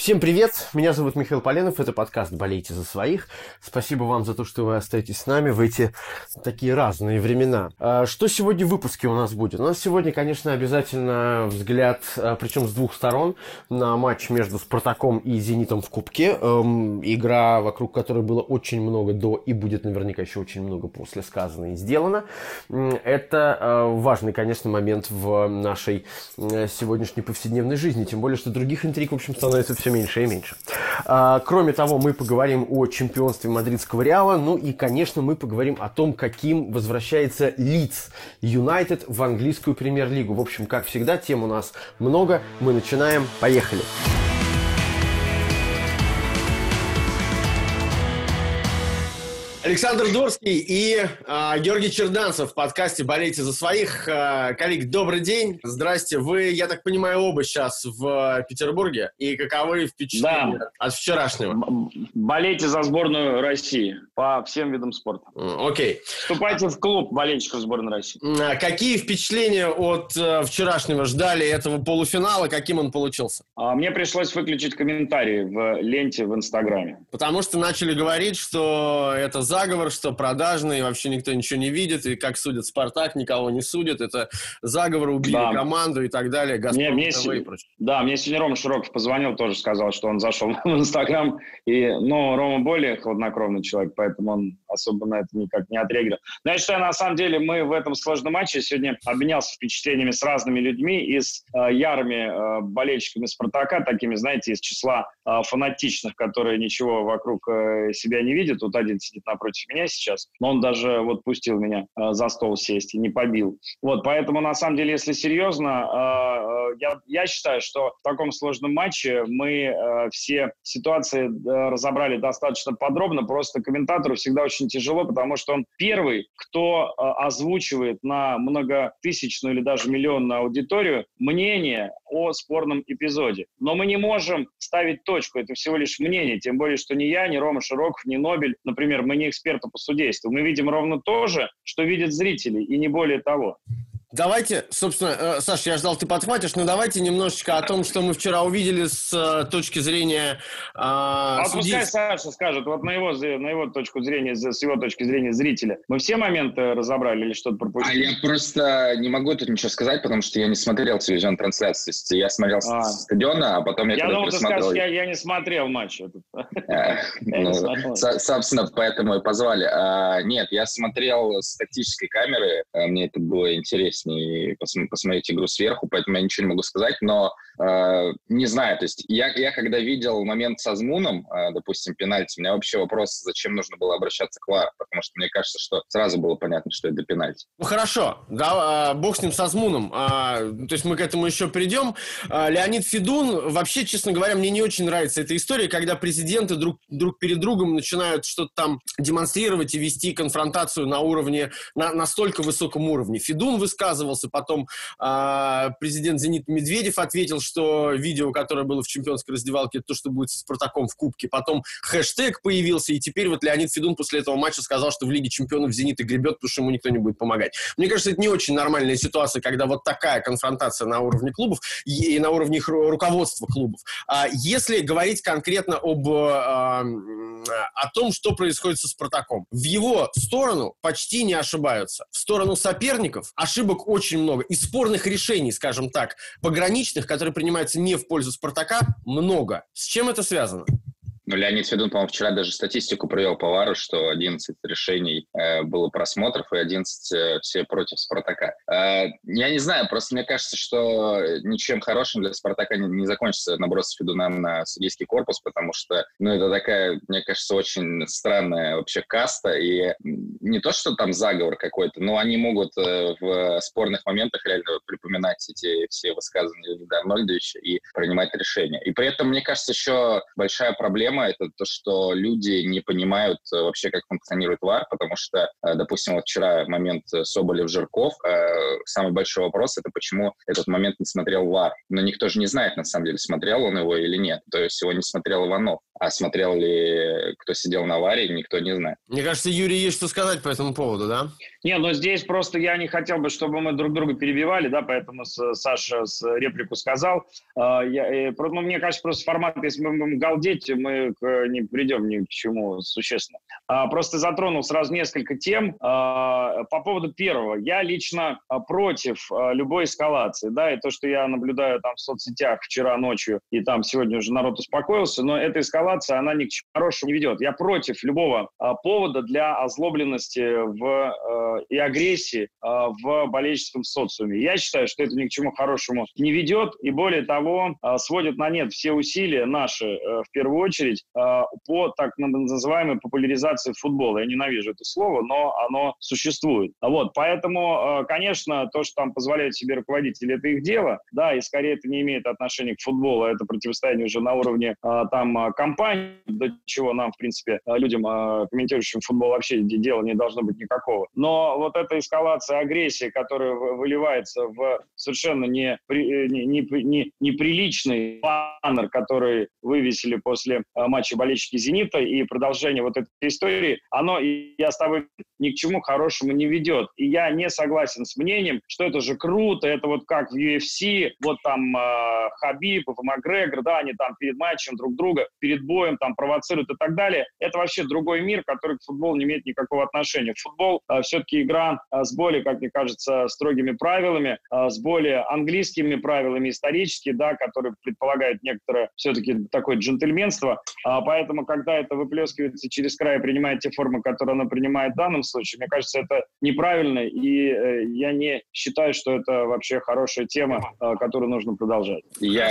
Всем привет, меня зовут Михаил Поленов, это подкаст «Болейте за своих». Спасибо вам за то, что вы остаетесь с нами в эти такие разные времена. Что сегодня в выпуске у нас будет? У нас сегодня, конечно, обязательно взгляд, причем с двух сторон, на матч между «Спартаком» и «Зенитом» в Кубке. Игра, вокруг которой было очень много до и будет наверняка еще очень много после сказано и сделано. Это важный, конечно, момент в нашей сегодняшней повседневной жизни, тем более, что других интриг, в общем, становится все меньше и меньше. Кроме того, мы поговорим о чемпионстве мадридского Реала, ну и, конечно, мы поговорим о том, каким возвращается Лидс Юнайтед в английскую премьер-лигу. В общем, как всегда, тем у нас много. Мы начинаем. Поехали! Александр Дорский и Георгий Черданцев в подкасте «Болейте за своих». Коллеги, добрый день. Здрасте. Вы, я так понимаю, оба сейчас в Петербурге. И каковы впечатления от вчерашнего? Болейте за сборную России по всем видам спорта. Окей. Вступайте в клуб болельщиков сборной России. Какие впечатления от вчерашнего ждали этого полуфинала? Каким он получился? Мне пришлось выключить комментарии в ленте в Инстаграме. Потому что начали говорить, что это заговор, что продажный, и вообще никто ничего не видит, и как судят «Спартак», никого не судят, это заговор, убили команду и так далее, «Газпром» и прочее. Да, мне сегодня Рома Широков позвонил, тоже сказал, что он зашел в Инстаграм, но Рома более хладнокровный человек, поэтому он особо на это никак не отреагировал. Но я считаю, на самом деле, мы в этом сложном матче сегодня обменялся впечатлениями с разными людьми и с ярыми болельщиками «Спартака», такими, знаете, из числа фанатичных, которые ничего вокруг себя не видят. Вот один сидит напротив меня сейчас, но он даже вот пустил меня за стол сесть и не побил. Вот, поэтому, на самом деле, если серьезно, я считаю, что в таком сложном матче мы все ситуации разобрали достаточно подробно, просто комментатору всегда очень тяжело, потому что он первый, кто озвучивает на многотысячную или даже миллионную аудиторию мнение о спорном эпизоде. Но мы не можем ставить точку, это всего лишь мнение, тем более, что ни я, ни Рома Широков, ни Нобель, например, мы не эксперты по судейству. Мы видим ровно то же, что видят зрители, и не более того. Давайте, собственно, Саш, я ждал, ты подхватишь, но давайте немножечко о том, что мы вчера увидели с точки зрения пускай Саша скажет, вот на его точку зрения, с его точки зрения зрителя. Мы все моменты разобрали или что-то пропустили? Я просто не могу тут ничего сказать, потому что я не смотрел телевизионную трансляцию. То есть я смотрел с стадиона, а потом я думал, ты скажешь, я не смотрел матч. Собственно, поэтому и позвали. Нет, я смотрел с тактической камеры, мне это было интереснее посмотреть игру сверху, поэтому я ничего не могу сказать, но не знаю, то есть я когда видел момент с Азмуном, допустим, пенальти, у меня вообще вопрос, зачем нужно было обращаться к ВАР, потому что мне кажется, что сразу было понятно, что это пенальти. Ну хорошо, да, бог с ним, с Азмуном, то есть мы к этому еще придем. Леонид Федун, вообще, честно говоря, мне не очень нравится эта история, когда президенты друг перед другом начинают что-то там демонстрировать и вести конфронтацию на уровне, на настолько высоком уровне. Федун высказывался, потом президент «Зенита» Медведев ответил, что видео, которое было в чемпионской раздевалке, это то, что будет со «Спартаком» в Кубке. Потом хэштег появился, и теперь вот Леонид Федун после этого матча сказал, что в Лиге чемпионов «Зенита» гребет, потому что ему никто не будет помогать. Мне кажется, это не очень нормальная ситуация, когда вот такая конфронтация на уровне клубов и на уровне их руководства клубов. Если говорить конкретно о том, что происходит со «Спартаком», в его сторону почти не ошибаются. В сторону соперников ошибок очень много. И спорных решений, скажем так, пограничных, которые принимаются не в пользу «Спартака», много. С чем это связано? Ну, Леонид Федун, по-моему, вчера даже статистику привел по ВАРу, что 11 решений было просмотров и 11 все против «Спартака». Я не знаю, просто мне кажется, что ничем хорошим для «Спартака» не закончится наброс Федуна на судейский корпус, потому что, это такая, мне кажется, очень странная вообще каста, и не то, что там заговор какой-то, но они могут в спорных моментах реально припоминать эти все высказывания Леонида Арнольдовича и принимать решения. И при этом, мне кажется, еще большая проблема — это то, что люди не понимают вообще, как функционирует ВАР, потому что, допустим, вот вчера момент Соболев-Жирков, самый большой вопрос — это почему этот момент не смотрел ВАР. Но никто же не знает, на самом деле, смотрел он его или нет. То есть его не смотрел Иванов. А смотрел ли, кто сидел на варе, никто не знает. Мне кажется, Юрий, есть что сказать по этому поводу, да? Не, но здесь просто я не хотел бы, чтобы мы друг друга перебивали, да, поэтому Саша реплику сказал. Мне кажется, просто формат, если мы будем галдеть, мы не придем ни к чему существенно. Просто затронул сразу несколько тем. По поводу первого. Я лично против любой эскалации, да, и то, что я наблюдаю там в соцсетях вчера ночью, и там сегодня уже народ успокоился, но эта эскалация, она ни к чему хорошему не ведет. Я против любого повода для озлобленности и агрессии в болельческом социуме. Я считаю, что это ни к чему хорошему не ведет, и более того, сводит на нет все усилия наши, в первую очередь, по так называемой популяризации футбола. Я ненавижу это слово, но оно существует. Вот, поэтому, конечно, то, что там позволяют себе руководители, это их дело, да, и скорее это не имеет отношения к футболу, это противостояние уже на уровне там компаний, до чего нам, в принципе, людям, комментирующим футбол, вообще дела не должно быть никакого. Но вот эта эскалация агрессии, которая выливается в совершенно неприличный баннер, который вывесили после матча болельщики «Зенита», и продолжение вот этой истории, оно, я с тобой, ни к чему хорошему не ведет. И я не согласен с мнением, что это же круто, это вот как в UFC, вот там Хабиб, Макгрегор, да, они там перед матчем друг друга, перед боем там провоцируют и так далее. Это вообще другой мир, который к футболу не имеет никакого отношения. Футбол все-таки игра с более, как мне кажется, строгими правилами, с более английскими правилами исторически, да, которые предполагают некоторое все-таки такое джентльменство. Поэтому, когда это выплескивается через край и принимает те формы, которые оно принимает в данном случае, мне кажется, это неправильно, и я не считаю, что это вообще хорошая тема, которую нужно продолжать. Я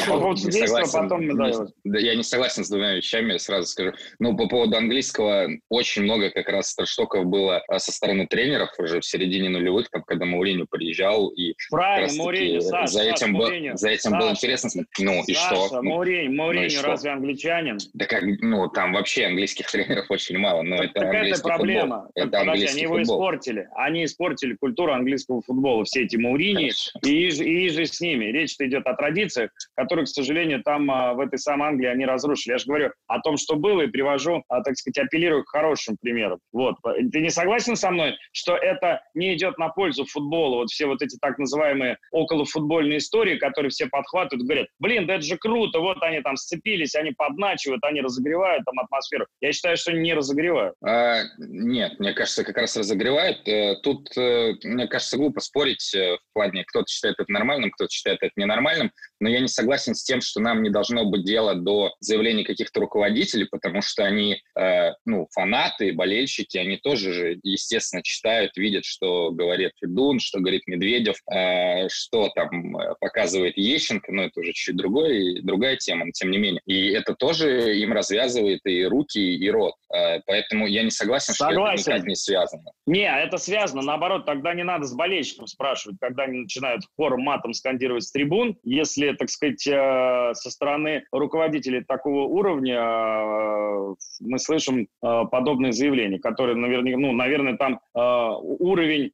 не согласен с двумя вещами, сразу скажу. Ну, по поводу английского, очень много как раз трэш-токов было со стороны тренеров уже в середине нулевых, там, когда Мауриньо приезжал, и правильно, Мауриньо, Саша, за этим было интересно. Ну, и что? Мауриньо разве англичанин? Да как, там вообще английских тренеров очень мало, но это английский проблема. Футбол. Это английский они футбол. Они испортили культуру английского футбола, все эти Мауриньи, и же с ними. Речь-то идет о традициях, которые, к сожалению, там в этой самой Англии они разрушили. Я же говорю о том, что было, и привожу, так сказать, апеллирую к хорошим примерам. Вот. Ты не согласен со мной, что это не идет на пользу футболу? Вот все вот эти так называемые околофутбольные истории, которые все подхватывают, говорят, блин, да это же круто, вот они там сцепились, они подначивают, они разогревают там атмосферу. Я считаю, что они не разогревают. Нет, мне кажется, как раз разогревают. Тут, мне кажется, глупо спорить в плане, кто-то считает это нормальным, кто-то считает это ненормальным, но я не согласен с тем, что нам не должно быть дела до заявлений каких-то руководителей, потому что они, фанаты, болельщики, они тоже же, естественно, читают, видят, что говорит Федун, что говорит Медведев, что там показывает Ещенко, но это уже чуть другая тема, но тем не менее. И это тоже им развязывает и руки, и рот. Поэтому я не согласен, что это никак не связано. Не, это связано. Наоборот, тогда не надо с болельщиком спрашивать, когда они начинают хором матом скандировать с трибун. Если, так сказать, со стороны руководителей такого уровня мы слышим подобные заявления, которые, наверное, там уровень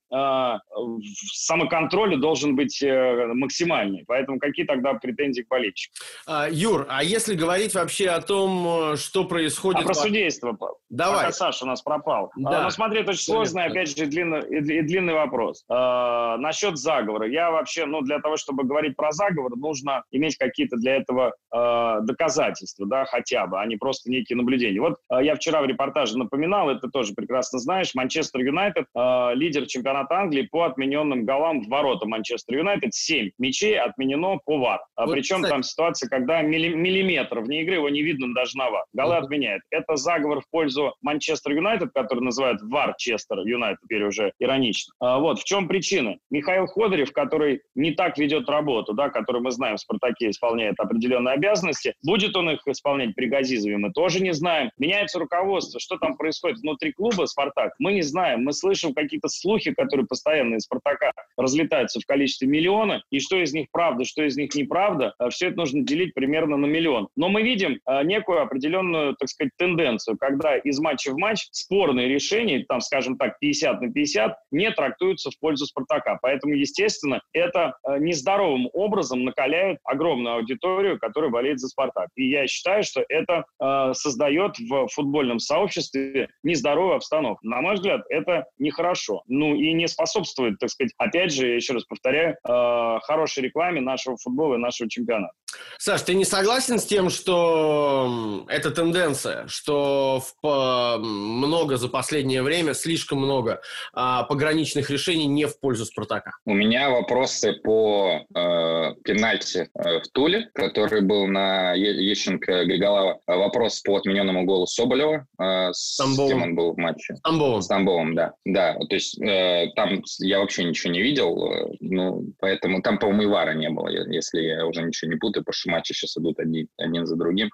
самоконтроля должен быть максимальный. Поэтому какие тогда претензии к болельщикам? Юр, а если говорить вообще о том, что происходит... про судейство. Давай. Пока Саша у нас пропал. Да. Смотри, это очень сложный, опять же, длинный вопрос. Насчет заговора. Я вообще, для того, чтобы говорить про заговор, нужно иметь какие-то для этого доказательства, да, хотя бы, а не просто некие наблюдения. Вот я вчера в репортаже напоминал, это тоже прекрасно знаешь, Манчестер Юнайтед, лидер чемпионата Англии по отмененным голам в ворота Манчестер Юнайтед, 7 мячей отменено по ВАР. Причем там ситуация, когда миллиметр вне игры, его не видно даже на ВАР. Голы отменяют. Это заговор в пользу Манчестер Юнайтед, который называют ВАР-Честер Юнайтед, теперь уже иронично. В чем причина? Михаил Ходырев, который не так ведет работу, да, который, мы знаем, в «Спартаке» исполняет определенные обязанности. Будет он их исполнять при Газизове, мы тоже не знаем. Меняется руководство. Что там происходит внутри клуба «Спартак», мы не знаем. Мы слышим какие-то слухи, которые постоянно из «Спартака» разлетаются в количестве миллиона, и что из них правда, что из них неправда, все это нужно делить примерно на миллион. Но мы видим некую определенную, так сказать, тенденцию, когда из матча в матч спорные решения, там, скажем так, 50/50, не трактуются в пользу «Спартака». Поэтому, естественно, это нездоровым образом накаляет огромную аудиторию, которая болеет за «Спартак». И я считаю, что это это создает в футбольном сообществе нездоровую обстановку. На мой взгляд, это нехорошо. Ну и не способствует, так сказать, опять же, еще раз повторяю, хорошей рекламе нашего футбола и нашего чемпионата. Саш, ты не согласен с тем, что это тенденция, что много за последнее время, слишком много пограничных решений не в пользу «Спартака»? У меня вопросы по пенальти в Туле, который был на Ещенко-Григолава. Вопрос по отмененному голу Соболева. С кем он был в матче? С Тамбовым, да. Да, то есть там я вообще ничего не видел, поэтому там, по-моему, и ВАРа не было, если я уже ничего не путаю, потому что матчи сейчас идут один за другим.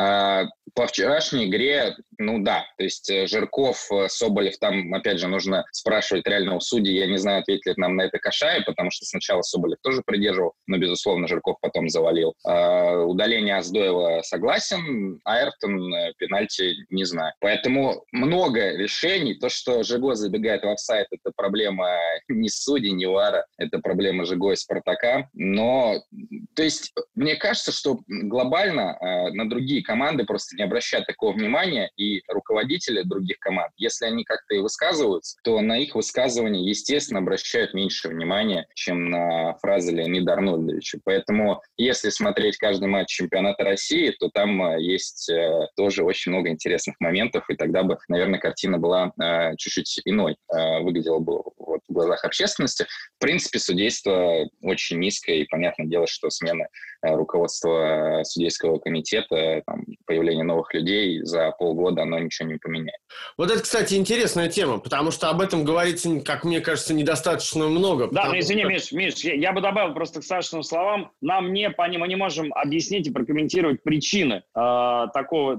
По вчерашней игре, то есть Жирков, Соболев, там, опять же, нужно спрашивать реального судьи, я не знаю, ответит ли нам на это Кашаев, потому что сначала Соболев тоже придерживал, но, безусловно, Жирков потом завалил. Удаление Аздоева согласен, Айртон пенальти не знаю. Поэтому много решений. То, что Жиго забегает в офсайд, это проблема не судей, не ВАРа, это проблема Жиго и Спартака. Но, то есть, мне кажется, что глобально на другие команды просто не обращают такого внимания, и руководители других команд, если они как-то и высказываются, то на их высказывания, естественно, обращают меньше внимания, чем на фразы Леонида Арнольдовича. Поэтому, если смотреть каждый матч чемпионата России, то там есть тоже очень много интересных моментов, и тогда бы, наверное, картина была чуть-чуть иной, выглядела бы в глазах общественности. В принципе, судейство очень низкое, и понятное дело, что смена руководства судейского комитета, появление новых людей за полгода, оно ничего не поменяет. Вот это, кстати, интересная тема, потому что об этом говорится, как мне кажется, недостаточно много. Да, извини, Миш, я бы добавил просто к Сашиным словам, мы не можем объяснить и прокомментировать причины такой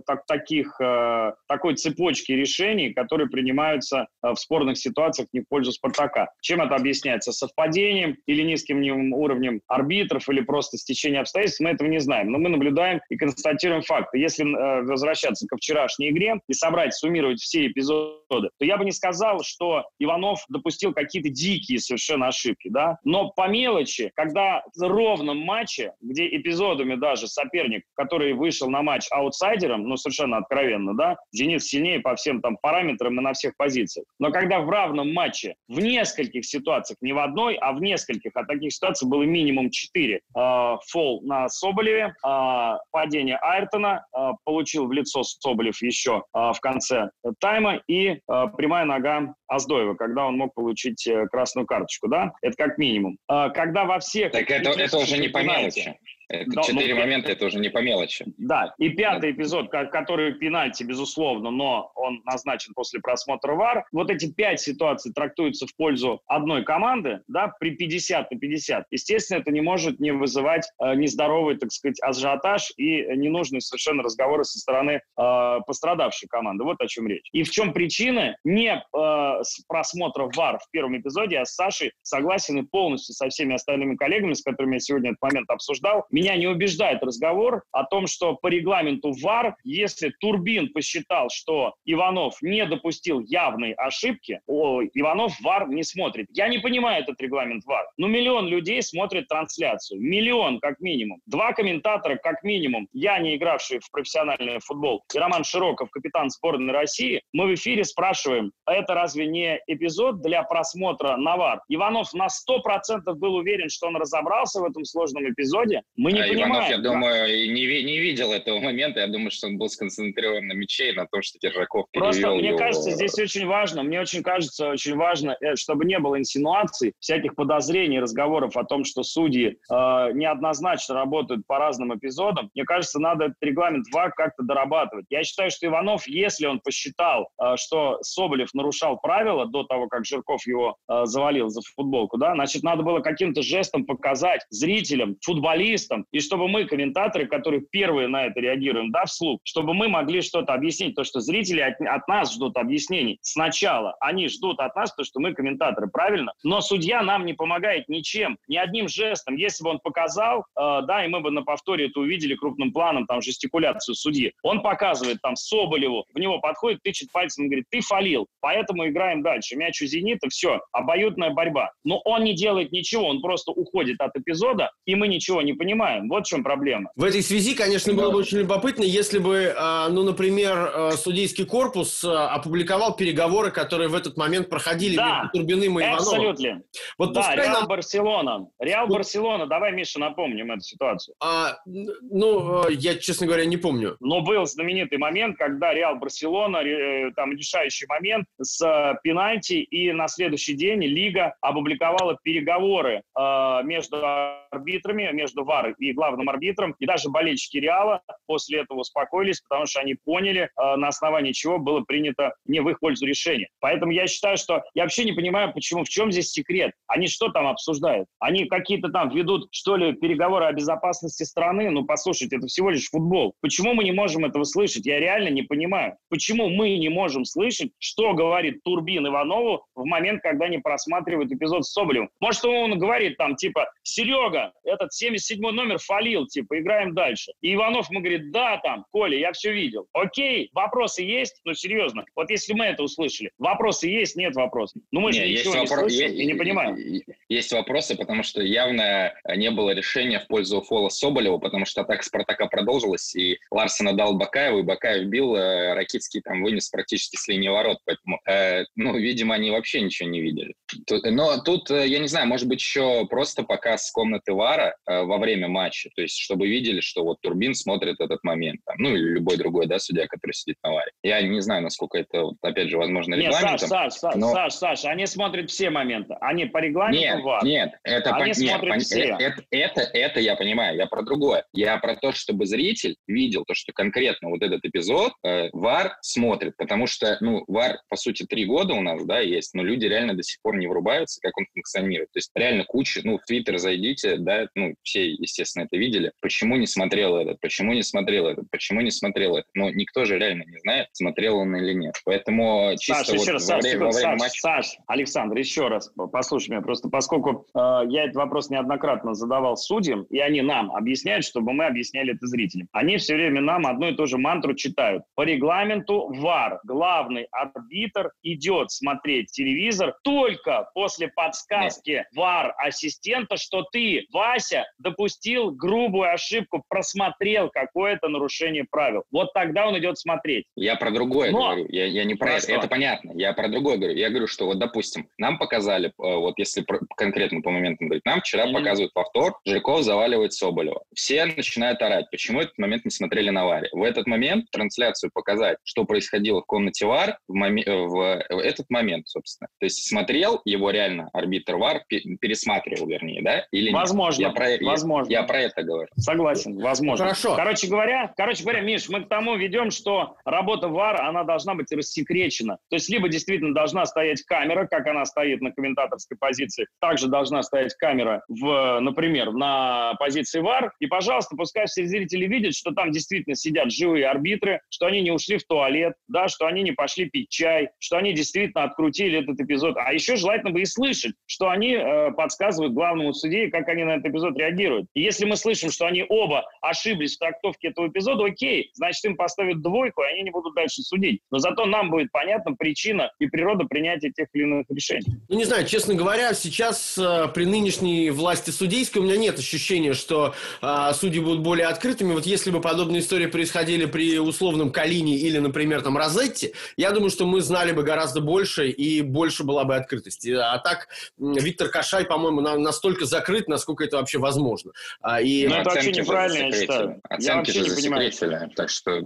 цепочки решений, которые принимаются в спорных ситуациях не в пользу «Спартака». Чем это объясняется? Совпадением или низким уровнем арбитров, или просто стечением обстоятельств, мы этого не знаем. Но мы наблюдаем и констатируем факты. Если возвращаться ко вчерашней игре и суммировать все эпизоды, то я бы не сказал, что Иванов допустил какие-то дикие совершенно ошибки, да. Но по мелочи, когда в ровном матче, где эпизодами даже соперник, который вышел на матч аутсайдером, совершенно откровенно, да, «Зенит» сильнее по всем параметрам и на всех позициях. Но когда в равном матче в нескольких ситуациях, не в одной, а в нескольких, а таких ситуаций было минимум 4, фол на Соболеве, падение Айртона, получил в лицо Соболев еще в конце тайма, и прямая нога Аздоева, когда он мог получить красную карточку, да? Это как минимум. Когда во всех... Так это уже не по мелочи. Это 4 момента, это уже не по мелочи. Да, и пятый эпизод, который пенальти, безусловно, но он назначен после просмотра ВАР. Вот эти 5 ситуаций трактуются в пользу одной команды, да, при 50/50. Естественно, это не может не вызывать нездоровый, так сказать, ажиотаж и ненужные совершенно разговоры со стороны пострадавшей команды. Вот о чем речь. И в чем причины? Не с просмотра ВАР в первом эпизоде, я с Сашей согласен и полностью со всеми остальными коллегами, с которыми я сегодня этот момент обсуждал. Меня не убеждает разговор о том, что по регламенту ВАР, если Турбин посчитал, что Иванов не допустил явной ошибки, Иванов ВАР не смотрит. Я не понимаю этот регламент ВАР. 1 миллион людей смотрят трансляцию. 1 миллион как минимум. 2 комментатора как минимум. Я, не игравший в профессиональный футбол, и Роман Широков, капитан сборной России, мы в эфире спрашиваем, а это разве не эпизод для просмотра на ВАР? Иванов на 100% был уверен, что он разобрался в этом сложном эпизоде. Мы не понимаем. Иванов, я думаю, не видел этого момента. Я думаю, что он был сконцентрирован на мяче и на том, что Киржаков перевел просто, мне его... кажется, здесь очень важно, чтобы не было инсинуаций, всяких подозрений, разговоров о том, что судьи неоднозначно работают по разным эпизодам. Мне кажется, надо этот регламент ВАР как-то дорабатывать. Я считаю, что Иванов, если он посчитал, что Соболев нарушал правила до того, как Жирков его завалил за футболку, да, значит, надо было каким-то жестом показать зрителям, футболистам, и чтобы мы, комментаторы, которые первые на это реагируем, да, вслух, чтобы мы могли что-то объяснить, то, что зрители от нас ждут объяснений сначала. Они ждут от нас то, что мы комментаторы, правильно? Но судья нам не помогает ничем, ни одним жестом. Если бы он показал, да, и мы бы на повторе это увидели крупным планом, там, жестикуляцию судьи, он показывает там Соболеву, в него подходит, тычет пальцем и говорит, ты фалил, поэтому играем дальше. Мяч у «Зенита», все, обоюдная борьба. Но он не делает ничего, он просто уходит от эпизода, и мы ничего не понимаем. понимаем. Вот в чем проблема. В этой связи, конечно, было бы очень любопытно, если бы, например, судейский корпус опубликовал переговоры, которые в этот момент проходили между Турбиным и Ивановым. Абсолютно. Вот да, Реал Барселона. Реал Барселона. Давай, Миша, напомним эту ситуацию. Я, честно говоря, не помню. Но был знаменитый момент, когда Реал Барселона, там решающий момент с пенальти, и на следующий день Лига опубликовала переговоры между арбитрами, между ВАР и главным арбитром, и даже болельщики Реала после этого успокоились, потому что они поняли, на основании чего было принято не в их пользу решение. Поэтому я считаю, что я вообще не понимаю, почему, в чем здесь секрет. Они что там обсуждают? Они какие-то там ведут, что ли, переговоры о безопасности страны? Ну, послушайте, это всего лишь футбол. Почему мы не можем этого слышать? Я реально не понимаю. Почему мы не можем слышать, что говорит Турбин Иванову в момент, когда они просматривают эпизод с Соболевым? Может, он говорит там, типа, Серега, этот 77-й номер фалил, типа, играем дальше. И Иванов ему говорит, да, там, Коля, я все видел. Окей, вопросы есть? Ну, серьезно. Вот если мы это услышали, вопросы есть, нет вопросов. Ну, мы же ничего не слышим и не понимаем. Есть вопросы, потому что явно не было решения в пользу фола Соболева, потому что атака Спартака продолжилась, и Ларсен отдал Бакаеву, и Бакаев бил, Ракицкий там вынес практически с линии ворот, поэтому, видимо, они вообще ничего не видели. Но тут, я не знаю, может быть, еще просто показ комнаты ВАРа во время матча, то есть чтобы видели, что вот Турбин смотрит этот момент, там, или любой другой, судья, который сидит на ВАРе. Я не знаю, насколько это, опять же, возможно, регламентом. Саш, они смотрят все моменты, они по регламенту ВАР. Нет, это я понимаю, я про другое. Я про то, чтобы зритель видел то, что конкретно вот этот эпизод ВАР смотрит, потому что, ВАР, по сути, 3 года у нас, есть, но люди реально до сих пор не врубаются, как он функционирует. То есть реально куча, в Твиттер зайдите, все, естественно, это видели. Почему не смотрел этот? Почему не смотрел этот? Почему не смотрел этот? Но никто же реально не знает, смотрел он или нет. Поэтому чисто во время матча... Саш, Александр, еще раз, послушай меня, просто поскольку я этот вопрос неоднократно задавал судьям, и они нам объясняют, чтобы мы объясняли это зрителям. Они все время нам одну и ту же мантру читают. По регламенту ВАР главный арбитр идет смотреть телевизор только после подсказки ВАР-ассистента, что ты, Вася, допустил грубую ошибку, просмотрел какое-то нарушение правил. Вот тогда он идет смотреть. Я про другое говорю. Я не про это. Это понятно. Я про другое говорю. Я говорю, что допустим, нам показали, если конкретно по моментам говорить, нам вчера показывают повтор, Жирков заваливает Соболева. Все начинают орать. Почему этот момент не смотрели на ВАРе? В этот момент трансляцию показать, что происходило в комнате ВАР в этот момент, собственно. То есть смотрел его реально арбитр ВАР, пересматривал, вернее, да? Или нет? Возможно. Я про это говорю. Согласен, возможно. Хорошо. Короче говоря, Миш, мы к тому ведем, что работа ВАР, она должна быть рассекречена. То есть либо действительно должна стоять камера, как она стоит на комментаторской позиции, также должна стоять камера, например, на позиции ВАР, и, пожалуйста, пускай все зрители видят, что там действительно сидят живые арбитры, что они не ушли в туалет, что они не пошли пить чай, что они действительно открутили этот эпизод. А еще желательно бы и слышать, что они подсказывают главному судье, как они на этот эпизод реагируют. И если мы слышим, что они оба ошиблись в трактовке этого эпизода, окей, значит, им поставят 2, и они не будут дальше судить. Но зато нам будет понятна причина и природа принятия тех или иных решений. Не знаю, честно говоря, сейчас при нынешней власти судейской у меня нет ощущения, что судьи будут более открытыми. Вот если бы подобные истории происходили при условном Калине или, например, там Розетти, я думаю, что мы знали бы гораздо больше и больше была бы открытость. А так Виктор Кашай, по-моему, настолько закрыт, насколько это вообще возможно. Это вообще неправильно, я считаю. Оценки же засекретили. Так что,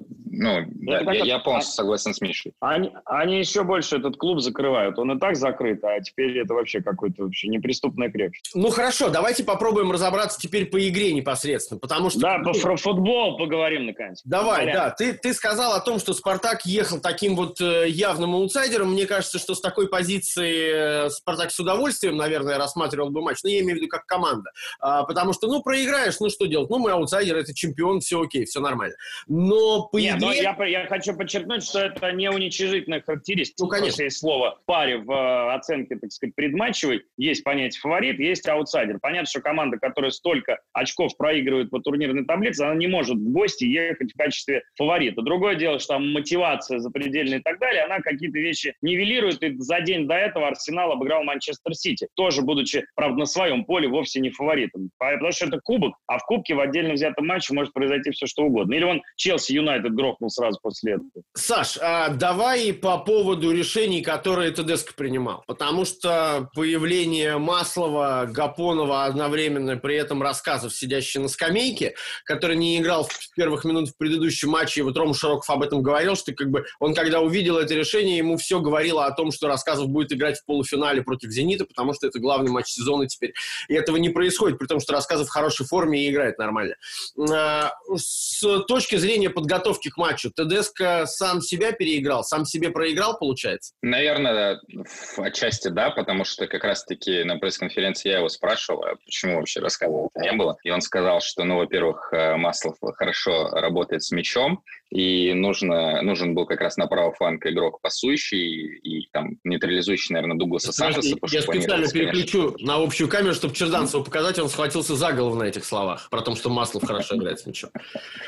я полностью согласен с Мишей. Они еще больше этот клуб закрывают. Он и так закрыт, а теперь это вообще какой-то вообще неприступная крепость. Ну хорошо, давайте попробуем разобраться теперь по игре непосредственно, потому что... Да, про футбол поговорим наконец. Давай, да. Ты сказал о том, что «Спартак» ехал таким вот явным аутсайдером. Мне кажется, что с такой позиции «Спартак» с удовольствием, наверное, рассматривал бы матч. Но я имею в виду как команда. Потому что, проиграешь, что делать? Мы аутсайдер, это чемпион, все окей, все нормально. Но по игре... я хочу подчеркнуть, что это не уничижительная характеристика. Ну, конечно. Есть слово в паре в оценке, так сказать, предматчевой. Есть понятие фаворит, есть аутсайдер. Понятно, что команда, которая столько очков проигрывает по турнирной таблице, она не может в гости ехать в качестве фаворита. Другое дело, что там мотивация запредельная и так далее, она какие-то вещи нивелирует. И за день до этого Арсенал обыграл Манчестер Сити, тоже будучи, правда, на своем поле вовсе не фаворитом. Потому что это кубок, а в кубке в отдельно взятом матче может произойти все, что угодно. Или он Челси Юнайтед грохнул сразу после этого. Саш, давай по поводу решений, которые Тедеско принимал. Потому что появление Маслова, Гапонова одновременно, при этом Рассказов, сидящий на скамейке, который не играл в первых минут в предыдущем матче, и вот Рома Широков об этом говорил, что как бы он, когда увидел это решение, ему все говорило о том, что Рассказов будет играть в полуфинале против «Зенита», потому что это главный матч сезона теперь. И этого не происходит, при том, что Рассказов в хорошей форме и играет нормально. С точки зрения подготовки к матчу, Тедеско сам себя переиграл, сам себе проиграл, получается? Наверное, отчасти да, потому что как раз-таки на пресс-конференции я его спрашивал, а почему вообще Рассказова не было. И он сказал, что, во-первых, Маслов хорошо работает с мячом, и нужен был как раз на правый фланг игрок пасующий и там нейтрализующий, наверное, Дугласа Сантоса. Я специально переключу на общую камеру, чтобы Черданцеву показать, он схватился за голову на этих словах, про то, что Маслов хорошо играет с мячом.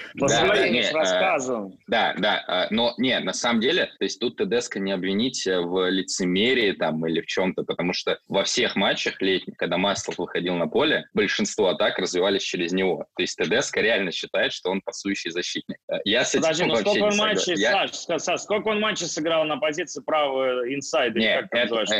Да, но на самом деле, то есть тут Тедеско не обвинить в лицемерии там или в чем-то, потому что во всех матчах летних, когда Маслов выходил на поле, большинство атак развивались через него. То есть Тедеско реально считает, что он пасующий защитник. Я с этим вообще не согласен. Саш, сколько он матчей сыграл на позиции правого инсайда? Нет,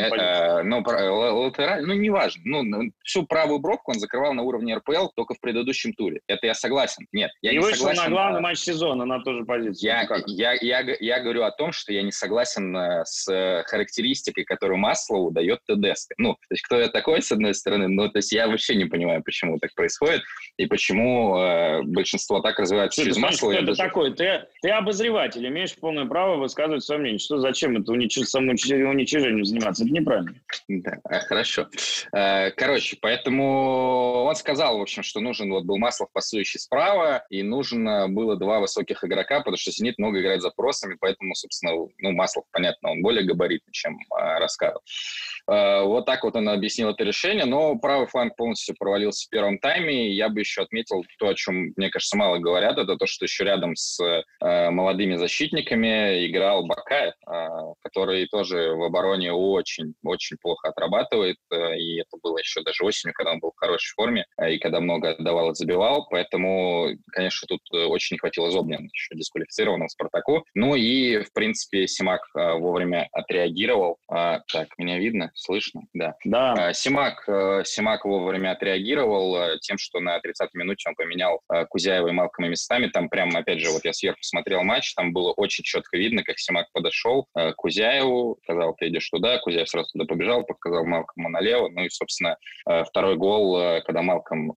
латераль, неважно. Всю правую бровку он закрывал на уровне РПЛ только в предыдущем туре. Это я согласен. Нет, я не согласен. И вышел на главный матч сезона на ту же позицию. Я говорю о том, что я не согласен с характеристикой, которую Маслову дает Тедеско. То есть кто я такой, с одной стороны, то есть я вообще не понимаю, почему так происходит, и почему большинство так развивается через Маслова. Что это такое? Ты обозреватель, имеешь полное право высказывать свое мнение. Зачем это самоуничижением заниматься? Это неправильно. Да, хорошо. Короче, поэтому он сказал, в общем, что нужен был Маслов пасующий справа, и нужно было два высоких игрока, потому что «Зенит» много играет запросами, поэтому, собственно, Маслов, понятно, он более габаритный, чем Раскадов. Вот так вот он объяснил это решение, но правый фланг полностью провалился в первом тайме, и я бы еще отметил то, о чем, мне кажется, мало говорят, это то, что еще рядом с молодыми защитниками играл Бакаев, который тоже в обороне очень плохо отрабатывает, и это было еще даже осенью, когда он был в хорошей форме, и когда много отдавал и забивал, поэтому, конечно, тут очень не хватило Зобнина, еще дисквалифицированного Спартаку. И, в принципе, Симак вовремя отреагировал. Так, меня видно? Слышно? Да. Симак вовремя отреагировал тем, что на 30-й минуте он поменял Кузяева и Малкома местами. Там прям, опять же, вот я сверху смотрел матч, там было очень четко видно, как Симак подошел к Кузяеву, сказал, ты идешь туда, Кузяев сразу туда побежал, показал Малкому налево. И, собственно, второй гол, когда Малком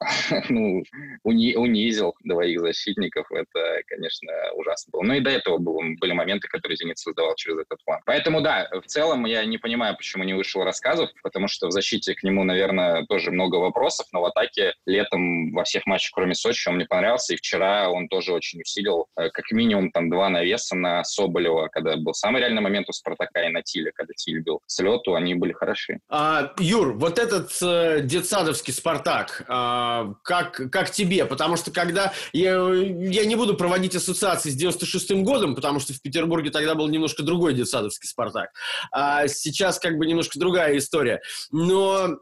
унизил двоих защитников, это, конечно, ужасно было. И до этого были моменты, которые «Зенит» создавал через этот план. Поэтому, да, в целом я не понимаю, почему не вышел Рассказов, потому что в защите к нему, наверное, тоже много вопросов, но в атаке летом во всех матчах, кроме Сочи, он мне понравился, и вчера он тоже очень усилил, как минимум, там 2 навеса на Соболева, когда был самый реальный момент у Спартака, и на Тиле, когда Тиль бил с лету, они были хороши. Юр, вот этот детсадовский Спартак, как тебе? Потому что когда... Я не буду проводить ассоциации с 96-м годом, потому что в Петербурге тогда был немножко другой детсадовский Спартак. А сейчас как бы немножко другая история. Но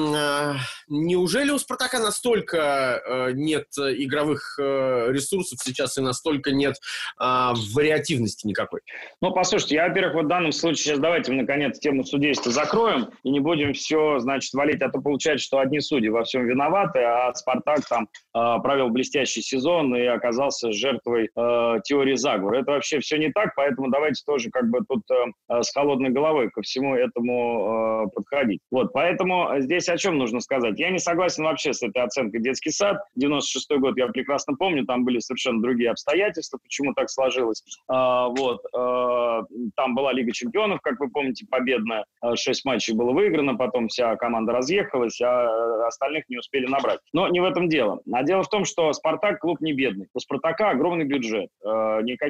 неужели у Спартака настолько нет игровых ресурсов сейчас и настолько нет вариативности никакой? Послушайте, я, во-первых, в данном случае сейчас давайте мы, наконец, тему судейства закроем и не будем все, валить, а то получается, что одни судьи во всем виноваты, а Спартак там провел блестящий сезон и оказался жертвой теории заговора. Это вообще все не так, поэтому давайте тоже тут с холодной головой ко всему этому подходить. Поэтому здесь о чем нужно сказать? Я не согласен вообще с этой оценкой «Детский сад». 96-й год я прекрасно помню, там были совершенно другие обстоятельства, почему так сложилось. Там была Лига чемпионов, как вы помните, победная. 6 матчей было выиграно, потом вся команда разъехалась, а остальных не успели набрать. Но не в этом дело. А дело в том, что «Спартак» клуб не бедный. У «Спартака» огромный бюджет. Никаких проблем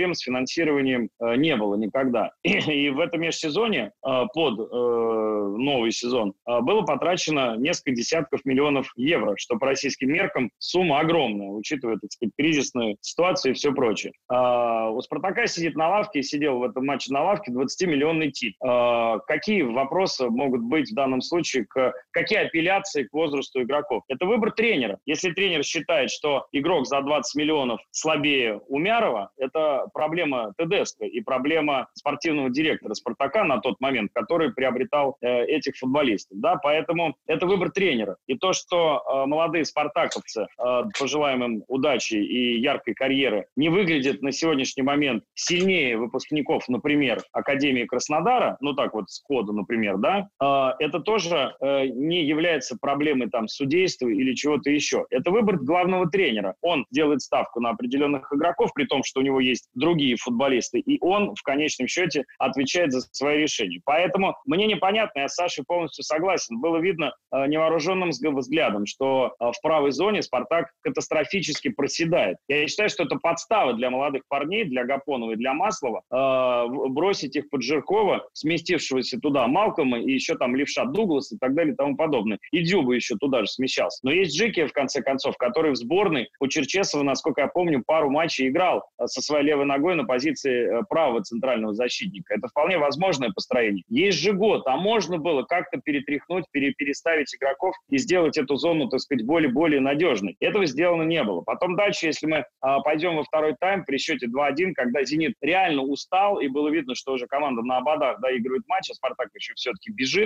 проблем с финансированием не было никогда. И в этом межсезонье под новый сезон было потрачено несколько десятков миллионов евро, что по российским меркам сумма огромная, учитывая, так сказать, кризисную ситуацию и все прочее. У «Спартака» сидит на лавке, и сидел в этом матче на лавке 20-миллионный тип. Какие вопросы могут быть в данном случае, какие апелляции к возрасту игроков? Это выбор тренера. Если тренер считает, что игрок за 20 миллионов слабее Умярова, это проблема Тедеско и проблема спортивного директора «Спартака» на тот момент, который приобретал этих футболистов. Да? Поэтому это выбор тренера. И то, что молодые спартаковцы, пожелаем им удачи и яркой карьеры, не выглядят на сегодняшний момент сильнее выпускников, например, Академии Краснодара, ну так вот сходу, например, да, это тоже не является проблемой там судейства или чего-то еще. Это выбор главного тренера. Он делает ставку на определенных игроков, при том, что у него есть другие футболисты, и он в конечном счете отвечает за свои решения. Поэтому мне непонятно, я с Сашей полностью согласен. Было видно невооруженным взглядом, что в правой зоне «Спартак» катастрофически проседает. Я считаю, что это подстава для молодых парней, для Гапонова и для Маслова, бросить их под Жиркова, сместившегося туда Малкома и еще там левша Дуглас и так далее и тому подобное. И Дзюба еще туда же смещался. Но есть Джеки, в конце концов, который в сборной у Черчесова, насколько я помню, пару матчей играл со своей левой ногой на позиции правого центрального защитника. Это вполне возможное построение. Есть Жиго, там можно было как-то перетряхнуть, переставить игроков и сделать эту зону, так сказать, более надежной. Этого сделано не было. Потом дальше, если мы пойдем во второй тайм при счете 2-1, когда «Зенит» реально устал, и было видно, что уже команда на ободах доигрывает матч, а «Спартак» еще все-таки бежит.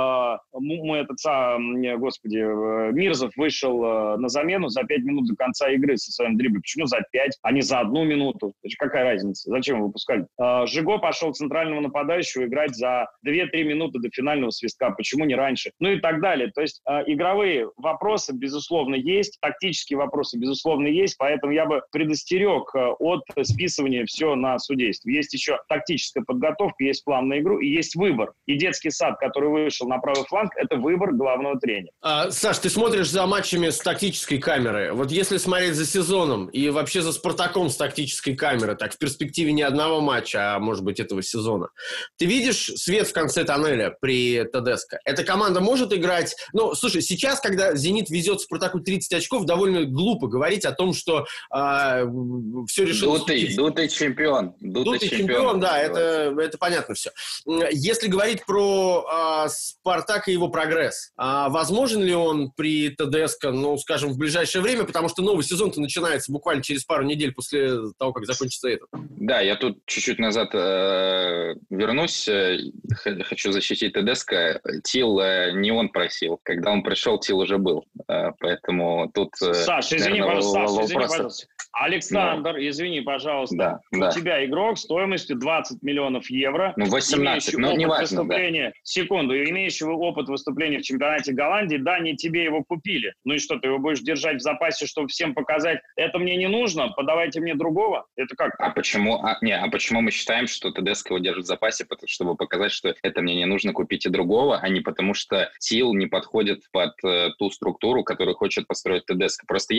Мирзов вышел на замену за 5 минут до конца игры со своим дриблем. Почему за 5, а не за 1 минуту? Это же какая разница? Зачем его выпускали? Жиго пошел центрального нападающего играть за 2-3 минуты до финального свистка. Почему не раньше? Ну и так далее. То есть игровые вопросы, безусловно, есть, тактические вопросы, безусловно, есть, поэтому я бы предостерег от списывания все на судейство. Есть еще тактическая подготовка, есть план на игру и есть выбор. И детский сад, который вышел на правый фланг, это выбор главного тренера. Саш, ты смотришь за матчами с тактической камеры. Вот если смотреть за сезоном и вообще за «Спартаком» с тактической камеры, так в перспективе не одного матча, а может быть этого сезона, ты видишь свет в конце тоннеля при Тедеско? Эта команда может играть... Ну, слушай, сейчас, когда «Зенит» везет «Спартаку» 30 очков, довольно глупо говорить о том, что все решилось... Дутый чемпион. Дутый чемпион, да, это понятно все. Если говорить про «Спартак» и его прогресс, возможен ли он при Тедеско, ну, скажем, в ближайшее время, потому что новый сезон-то начинается буквально через пару недель после того, как закончится этот. Да, я тут чуть-чуть назад вернусь. Хочу защитить Тедеско. Тил не он просил. Когда он пришел, Тил уже был. Поэтому тут... Саш, извини, пожалуйста. Александр, извини, пожалуйста. Да, у тебя игрок стоимостью 20 миллионов евро. Ну, 18, но не важно. Имеющего опыт выступления в чемпионате Голландии, да, не тебе его купили. Ну и что, ты его будешь держать в запасе, чтобы всем показать, это мне не нужно, подавайте мне другого? Это как? А почему мы считаем, что Тедеско его держит в запасе, чтобы показать, что это мне не нужно, купите другого, а не потому что Тил не подходит под ту структуру, которую хочет построить Тедеско. Просто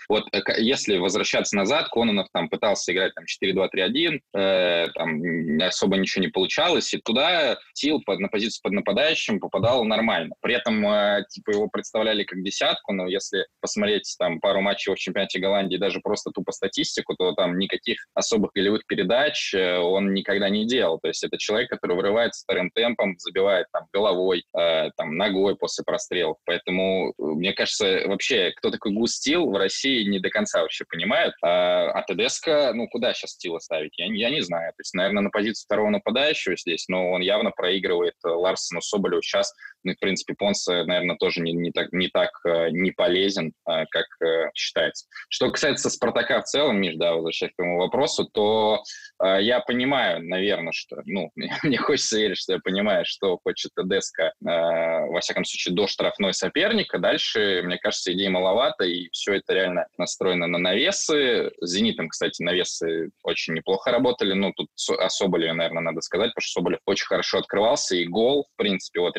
если возвращаться назад, Кононов там пытался играть там 4-2-3-1, там особо ничего не получалось, и туда Тил на позицию под нападающим попадал нормально. При этом его представляли как десятку, но если посмотреть там пару матчей в чемпионате Голландии, даже просто тупо статистику, то там никаких особых голевых передач он никогда не делал. То есть это человек, который вырывается вторым темпом, забивает там головой, там ногой после прострелов. Поэтому, мне кажется, вообще, кто такой Гус Тил в России не до конца вообще понимают. А Тедеско, куда сейчас Тила ставить? Я не знаю. То есть, наверное, на позицию второго нападающего здесь, но он явно проигрывает Ларсену Соболеву сейчас. Ну и, в принципе, Понсе, наверное, тоже не так полезен, как считается. Что касается «Спартака» в целом, Миш, да, возвращаясь к твоему вопросу, то я понимаю, наверное, что... мне хочется верить, что я понимаю, что хочет Тедеско, во всяком случае, до штрафной соперника. Дальше, мне кажется, идей маловато, и все это реально настроено на навесы. С «Зенитом», кстати, навесы очень неплохо работали. Тут о Соболеве, наверное, надо сказать, потому что Соболев очень хорошо открывался, и гол, в принципе, вот реально, если